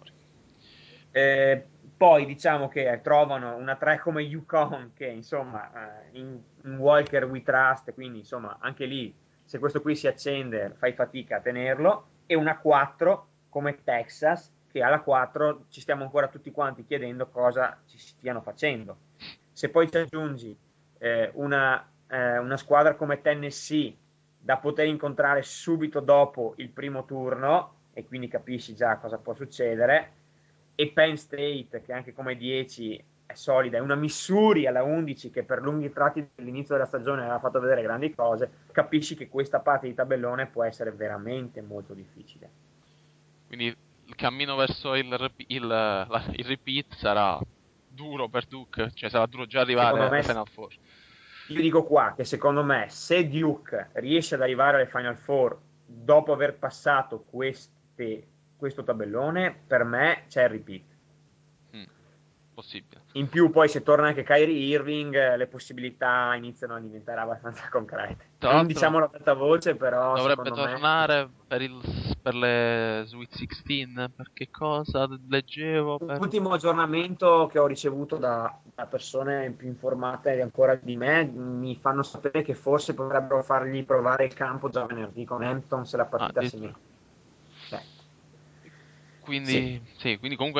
Eh, poi diciamo che trovano una tre come Yukon che insomma eh, in, in Walker we trust, quindi insomma anche lì se questo qui si accende fai fatica a tenerlo, e una quattro come Texas che alla quattro ci stiamo ancora tutti quanti chiedendo cosa ci stiano facendo. Se poi ci aggiungi eh, una, eh, una squadra come Tennessee da poter incontrare subito dopo il primo turno, e quindi capisci già cosa può succedere, e Penn State che anche come dieci è solida, è una Missouri alla undici che per lunghi tratti dell'inizio della stagione aveva fatto vedere grandi cose, capisci che questa parte di tabellone può essere veramente molto difficile. Quindi il cammino verso il, rep- il, la- il repeat sarà duro per Duke, cioè sarà duro già arrivare Secondo me, alle Final Four. io dico qua che secondo me se Duke riesce ad arrivare alle Final Four dopo aver passato queste, questo tabellone, per me c'è il repeat. Mm, possibile. In più poi se torna anche Kyrie Irving, eh, le possibilità iniziano a diventare abbastanza concrete. Tra Non l'altro diciamo la alta voce, però dovrebbe secondo me tornare per, il, per le Sweet sedici, per che cosa leggevo? Per... l'ultimo aggiornamento che ho ricevuto da, da persone più informate ancora di me mi fanno sapere che forse potrebbero fargli provare il campo già venerdì con Hampton se la Ah, partita si addirittura. mette. Cioè, sì. Quindi, sì, quindi comunque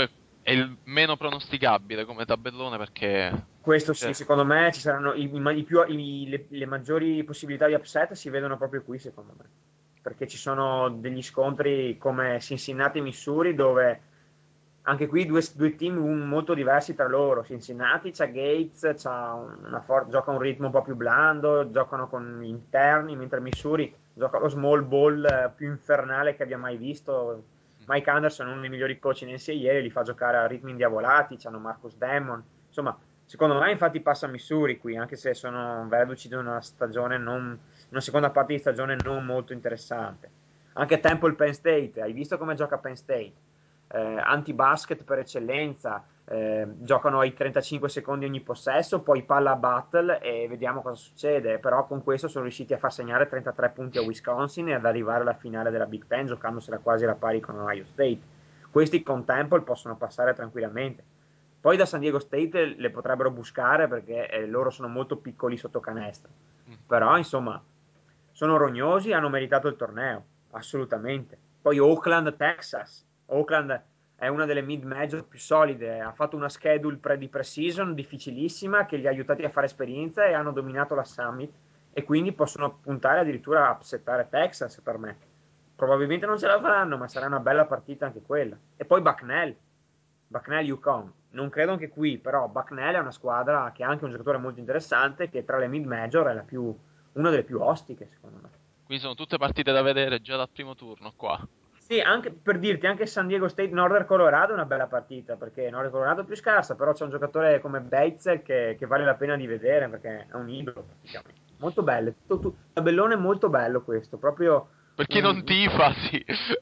è il meno pronosticabile come tabellone perché... Questo sì, cioè, secondo me ci saranno i, i ma- i più, i- le, le maggiori possibilità di upset si vedono proprio qui, secondo me. Perché ci sono degli scontri come Cincinnati e Missouri dove anche qui due, due team un- molto diversi tra loro. Cincinnati c'ha Gates, c'ha una for- gioca un ritmo un po' più blando, giocano con gli interni, mentre Missouri gioca lo small ball eh, più infernale che abbia mai visto. Mike Anderson è uno dei migliori coach in N C A A, li fa giocare a ritmi indiavolati, c'hanno Marcus Demon. Insomma, secondo me infatti passa a Missouri qui, anche se sono verduci di una stagione non, una seconda parte di stagione non molto interessante. Anche Temple Penn State, hai visto come gioca Penn State? Eh, anti-basket per eccellenza, eh, giocano ai trentacinque secondi ogni possesso, poi palla a battle e vediamo cosa succede. Però con questo sono riusciti a far segnare trentatré punti a Wisconsin e ad arrivare alla finale della Big Ten giocandosela quasi alla pari con Ohio State. Questi con Temple possono passare tranquillamente. Poi da San Diego State le potrebbero buscare perché eh, loro sono molto piccoli sotto canestro. Però insomma sono rognosi e hanno meritato il torneo, assolutamente. Poi Oakland, Texas. Oakland è una delle mid-major più solide, ha fatto una schedule pre- di pre-season difficilissima che li ha aiutati a fare esperienza e hanno dominato la Summit e quindi possono puntare addirittura a upsettare Texas per me. Probabilmente non ce la faranno, ma sarà una bella partita anche quella. E poi Bucknell, Bucknell UConn. Non credo anche qui, però Bucknell è una squadra che ha anche un giocatore molto interessante che tra le mid-major è la più, una delle più ostiche, secondo me. quindi sono tutte partite da vedere già dal primo turno qua. Sì, anche per dirti, anche San Diego State Northern Colorado è una bella partita, perché Northern Colorado è più scarsa, però c'è un giocatore come Bates che, che vale la pena di vedere, perché è un idolo praticamente. Molto bello, tutto, tutto, tabellone molto bello questo, proprio Per chi un, non un- tifa, sì.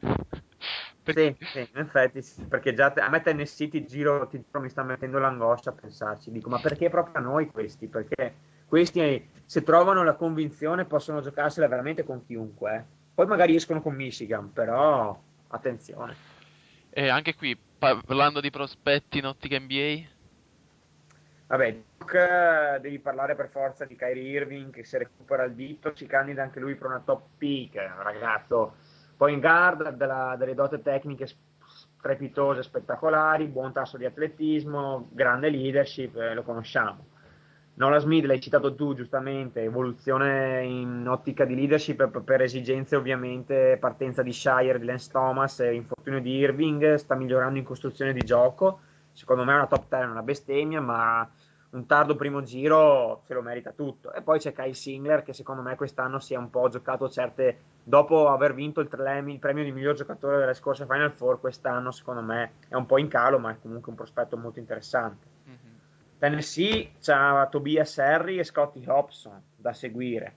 Per- sì, sì, in effetti, sì, perché già te- a me Tennessee ti giro, ti giuro, mi sta mettendo l'angoscia a pensarci, dico, ma perché proprio a noi questi? Perché questi, se trovano la convinzione, possono giocarsela veramente con chiunque, eh. Poi magari escono con Michigan, però attenzione. E anche qui, parlando di prospetti in ottica N B A, Vabbè, Duke, eh, devi parlare per forza di Kyrie Irving che se recupera il dito si candida anche lui per una top pick, è un ragazzo point guard, della- delle doti tecniche strepitose, spettacolari, buon tasso di atletismo, grande leadership, eh, lo conosciamo. Nola Smith, l'hai citato tu giustamente, evoluzione in ottica di leadership per, per esigenze ovviamente, partenza di Shire, di Lance Thomas, eh, infortunio di Irving, sta migliorando in costruzione di gioco, secondo me è una top dieci, una bestemmia, ma un tardo primo giro se lo merita tutto. E poi c'è Kyle Singler che secondo me quest'anno si è un po' giocato certe, dopo aver vinto il, tremi, il premio di miglior giocatore delle scorse Final Four, quest'anno secondo me è un po' in calo, ma è comunque un prospetto molto interessante. mhm, Tennessee c'ha Tobias Harris e Scottie Hobson da seguire.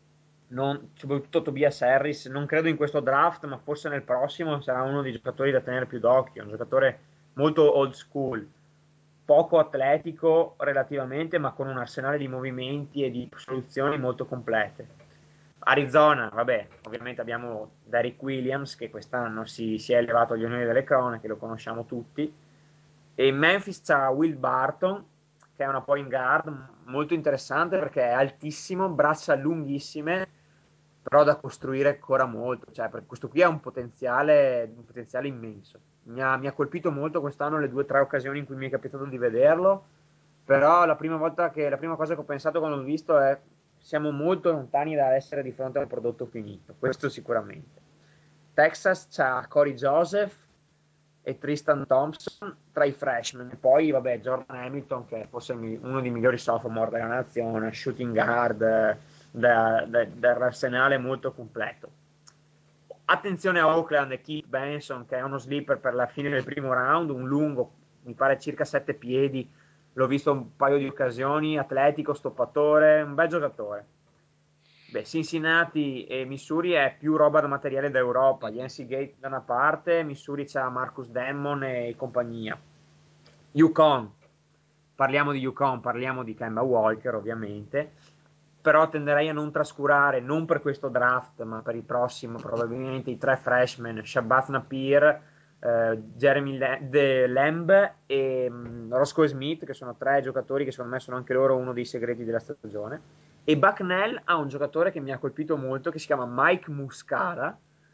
Non, soprattutto Tobias Harris, non credo in questo draft, ma forse nel prossimo sarà uno dei giocatori da tenere più d'occhio. Un giocatore molto old school, poco atletico relativamente, ma con un arsenale di movimenti e di soluzioni molto complete. Arizona, vabbè, ovviamente abbiamo Derrick Williams che quest'anno si, si è elevato agli onori delle cronache, lo conosciamo tutti. E in Memphis c'ha Will Barton, che è una point guard molto interessante perché è altissimo, braccia lunghissime, però da costruire ancora molto. Cioè, perché questo qui ha un potenziale, un potenziale immenso. Mi ha, mi ha colpito molto quest'anno le due o tre occasioni in cui mi è capitato di vederlo, però la prima volta che, la prima cosa che ho pensato quando l'ho visto è siamo molto lontani da essere di fronte al prodotto finito, questo sicuramente. Texas c'ha Corey Joseph e Tristan Thompson tra i freshman, e poi vabbè Jordan Hamilton che è forse uno dei migliori sophomore della nazione, shooting guard, eh, da- da- dell'arsenale molto completo. Attenzione a Oakland e Keith Benson che è uno sleeper per la fine del primo round, un lungo, mi pare circa sette piedi, l'ho visto un paio di occasioni, atletico, stoppatore, un bel giocatore. Beh, Cincinnati e Missouri è più roba da materiale d'Europa. mhm. Yancey Gate da una parte, Missouri c'ha Marcus Demon e compagnia. UConn, parliamo di UConn, parliamo di Kemba Walker ovviamente, però tenderei a non trascurare, non per questo draft, ma per il prossimo, probabilmente i tre freshman, Shabazz Napier, eh, Jeremy Le- De Lamb e mh, Roscoe Smith, che sono tre giocatori che secondo me sono anche loro uno dei segreti della stagione. E Bucknell ha un giocatore che mi ha colpito molto, che si chiama Mike Muscala,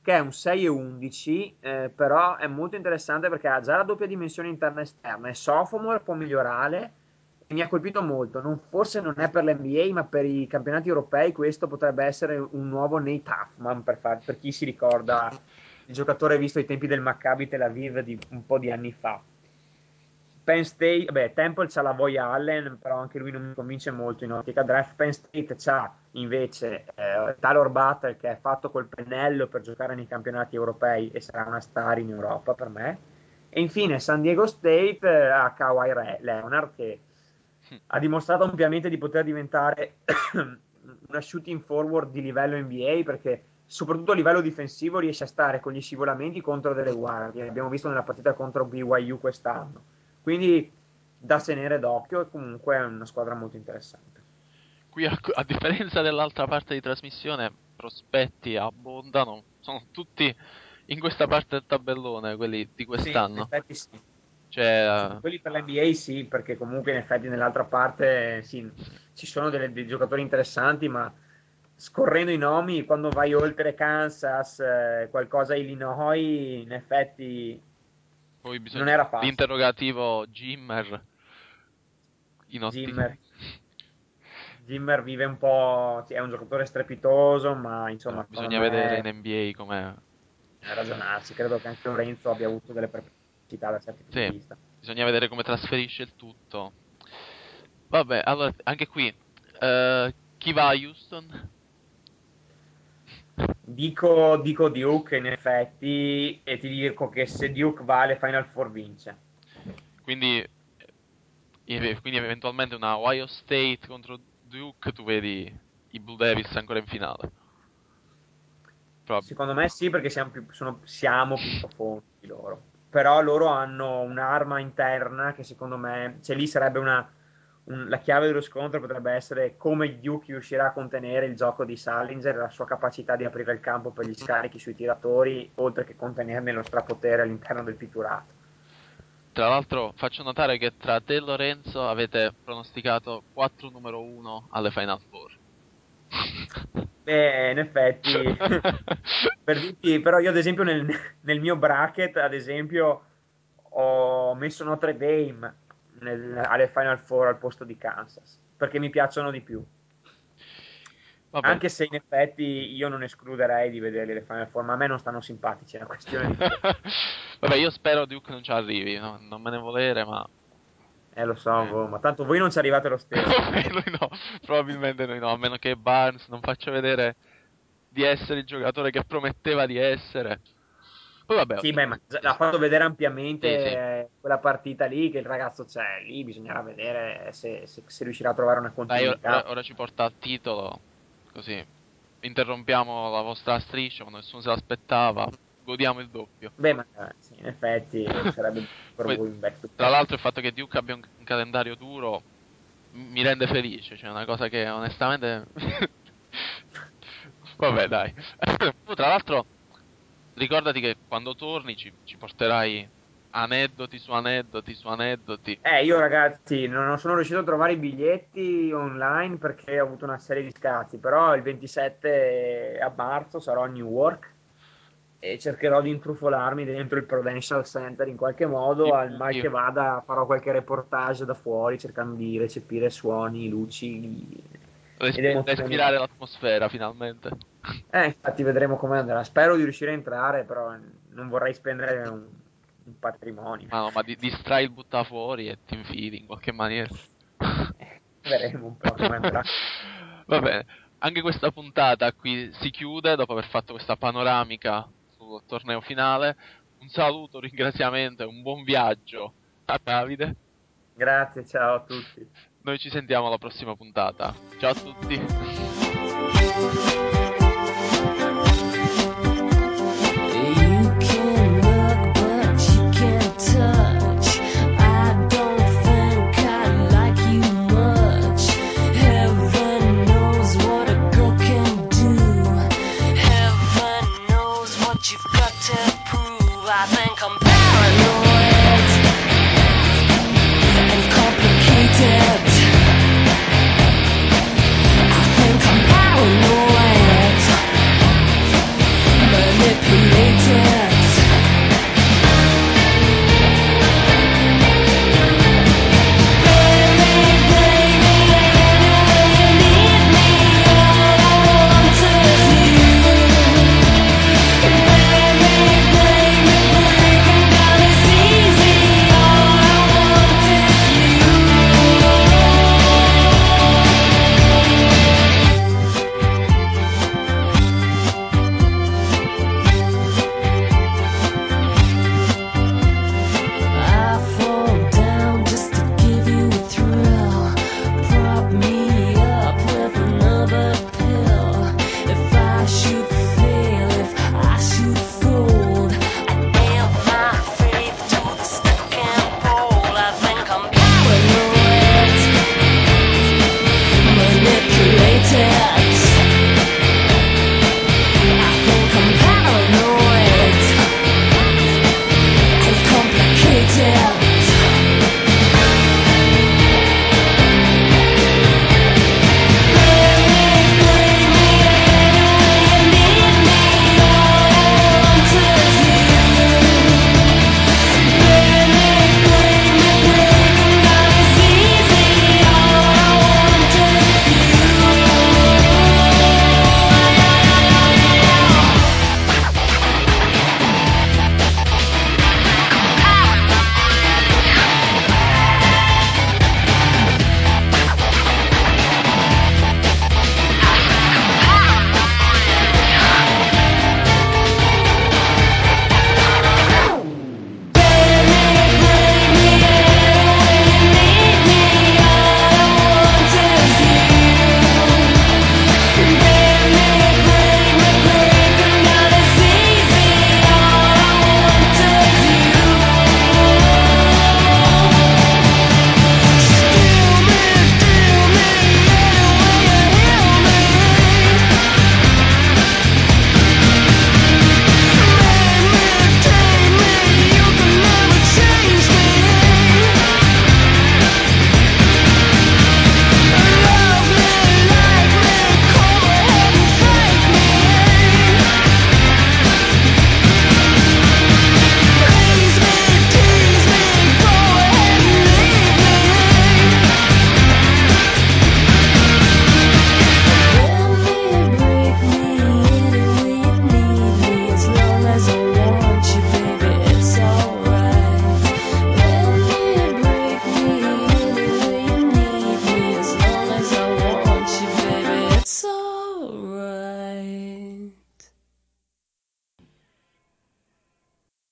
che è un sei e undici, eh, però è molto interessante perché ha già la doppia dimensione interna e esterna, è sophomore, può migliorare, e mi ha colpito molto. Non, forse non è per l'N B A, ma per i campionati europei questo potrebbe essere un nuovo Nate Huffman, per, far- per chi si ricorda il giocatore visto ai tempi del Maccabi Tel Aviv di un po' di anni fa. Penn State, beh, Temple c'ha la Voya Allen, però anche lui non mi convince molto in ottica draft. Penn State c'ha invece eh, Talor Butler, che è fatto col pennello per giocare nei campionati europei e sarà una star in Europa per me. E infine San Diego State eh, ha Kawhi Re- Leonard, che ha dimostrato ampiamente di poter diventare una shooting forward di livello N B A, perché soprattutto a livello difensivo riesce a stare con gli scivolamenti contro delle guardie. L'abbiamo visto nella partita contro B Y U quest'anno. Quindi da tenere d'occhio, e comunque è una squadra molto interessante. Qui a, a differenza dell'altra parte di trasmissione, prospetti abbondano, sono tutti in questa parte del tabellone, quelli di Sì, in quest'anno. effetti sì. Cioè, Quelli per l'N B A sì, perché comunque in effetti nell'altra parte sì, ci sono delle- dei giocatori interessanti, ma scorrendo i nomi, quando vai oltre Kansas, eh, qualcosa Illinois, in effetti poi non bisogna era facile. l'interrogativo Jimmer in ottica. Zimmer, Zimmer vive un po', sì, è un giocatore strepitoso, ma Però insomma, secondo bisogna vedere me in N B A com'è. è ragionarsi. Credo che anche Lorenzo abbia avuto delle perplessità da certi punti Sì, di vista. bisogna vedere come trasferisce il tutto. Vabbè, allora anche qui eh, chi va a Houston? Dico, dico Duke in effetti, e ti dico che se Duke va alle Final Four vince. Quindi, eh, quindi eventualmente una Ohio State contro Duke, tu vedi i Blue Devils ancora in finale. Prob- Secondo me sì, perché siamo più, sono- siamo più profondi di loro. Però loro hanno un'arma interna che secondo me, cioè lì sarebbe una, un- la chiave dello scontro potrebbe essere come Duke riuscirà a contenere il gioco di Salinger e la sua capacità di aprire il campo per gli scarichi sui tiratori, oltre che contenerne lo strapotere all'interno del pitturato. Tra l'altro faccio notare che tra te e Lorenzo avete pronosticato quattro numero uno alle Final Four. Beh, in effetti, per dirti, però io ad esempio nel, nel mio bracket, ad esempio, ho messo Notre Dame nel- alle Final Four al posto di Kansas, perché mi piacciono di più. Vabbè. Anche se in effetti io non escluderei di vederli alle Final Four, ma a me non stanno simpatici, è una questione di gusto. Vabbè, io spero Duke non ci arrivi, no? Non me ne volere, ma Eh, lo so, eh. boh, ma tanto voi non ci arrivate lo stesso. Noi no, probabilmente noi no, a meno che Barnes non faccia vedere di essere il giocatore che prometteva di essere. Poi vabbè, Sì, beh, ma già- l'ha fatto vedere ampiamente sì, sì. eh, quella partita lì, che il ragazzo c'è, lì bisognerà vedere se, se- se riuscirà a trovare una Dai, or- ora, continuità. ora ci porta al titolo, così interrompiamo la vostra striscia quando nessuno se l'aspettava, godiamo il doppio. Beh, ma eh, sì, in effetti sarebbe per Poi, voi un back to tra back. l'altro, il fatto che Duke abbia un, un calendario duro m- mi rende felice, cioè è una cosa che onestamente... Vabbè, dai. Tu, tra l'altro, ricordati che quando torni ci, ci porterai aneddoti su aneddoti su aneddoti. Eh, io ragazzi non non sono riuscito a trovare i biglietti online perché ho avuto una serie di scazzi, però il ventisette a marzo sarò a Newark e cercherò di intrufolarmi dentro il Prudential Center in qualche Ti modo, al mal buchi, che vada farò qualche reportage da fuori cercando di recepire suoni, luci ed respi- emozioni. respirare l'atmosfera finalmente. Eh, infatti vedremo come andrà. Spero di riuscire a entrare, però non vorrei spendere un, un patrimonio. Ma no, ma di- distrai il butta fuori e ti infili in qualche maniera. Eh, Vedremo un po' come andrà. Va bene, anche questa puntata qui si chiude dopo aver fatto questa panoramica sul torneo finale. Un saluto, un ringraziamento e un buon viaggio a Davide. Grazie, ciao a tutti. Noi ci sentiamo alla prossima puntata. Ciao a tutti.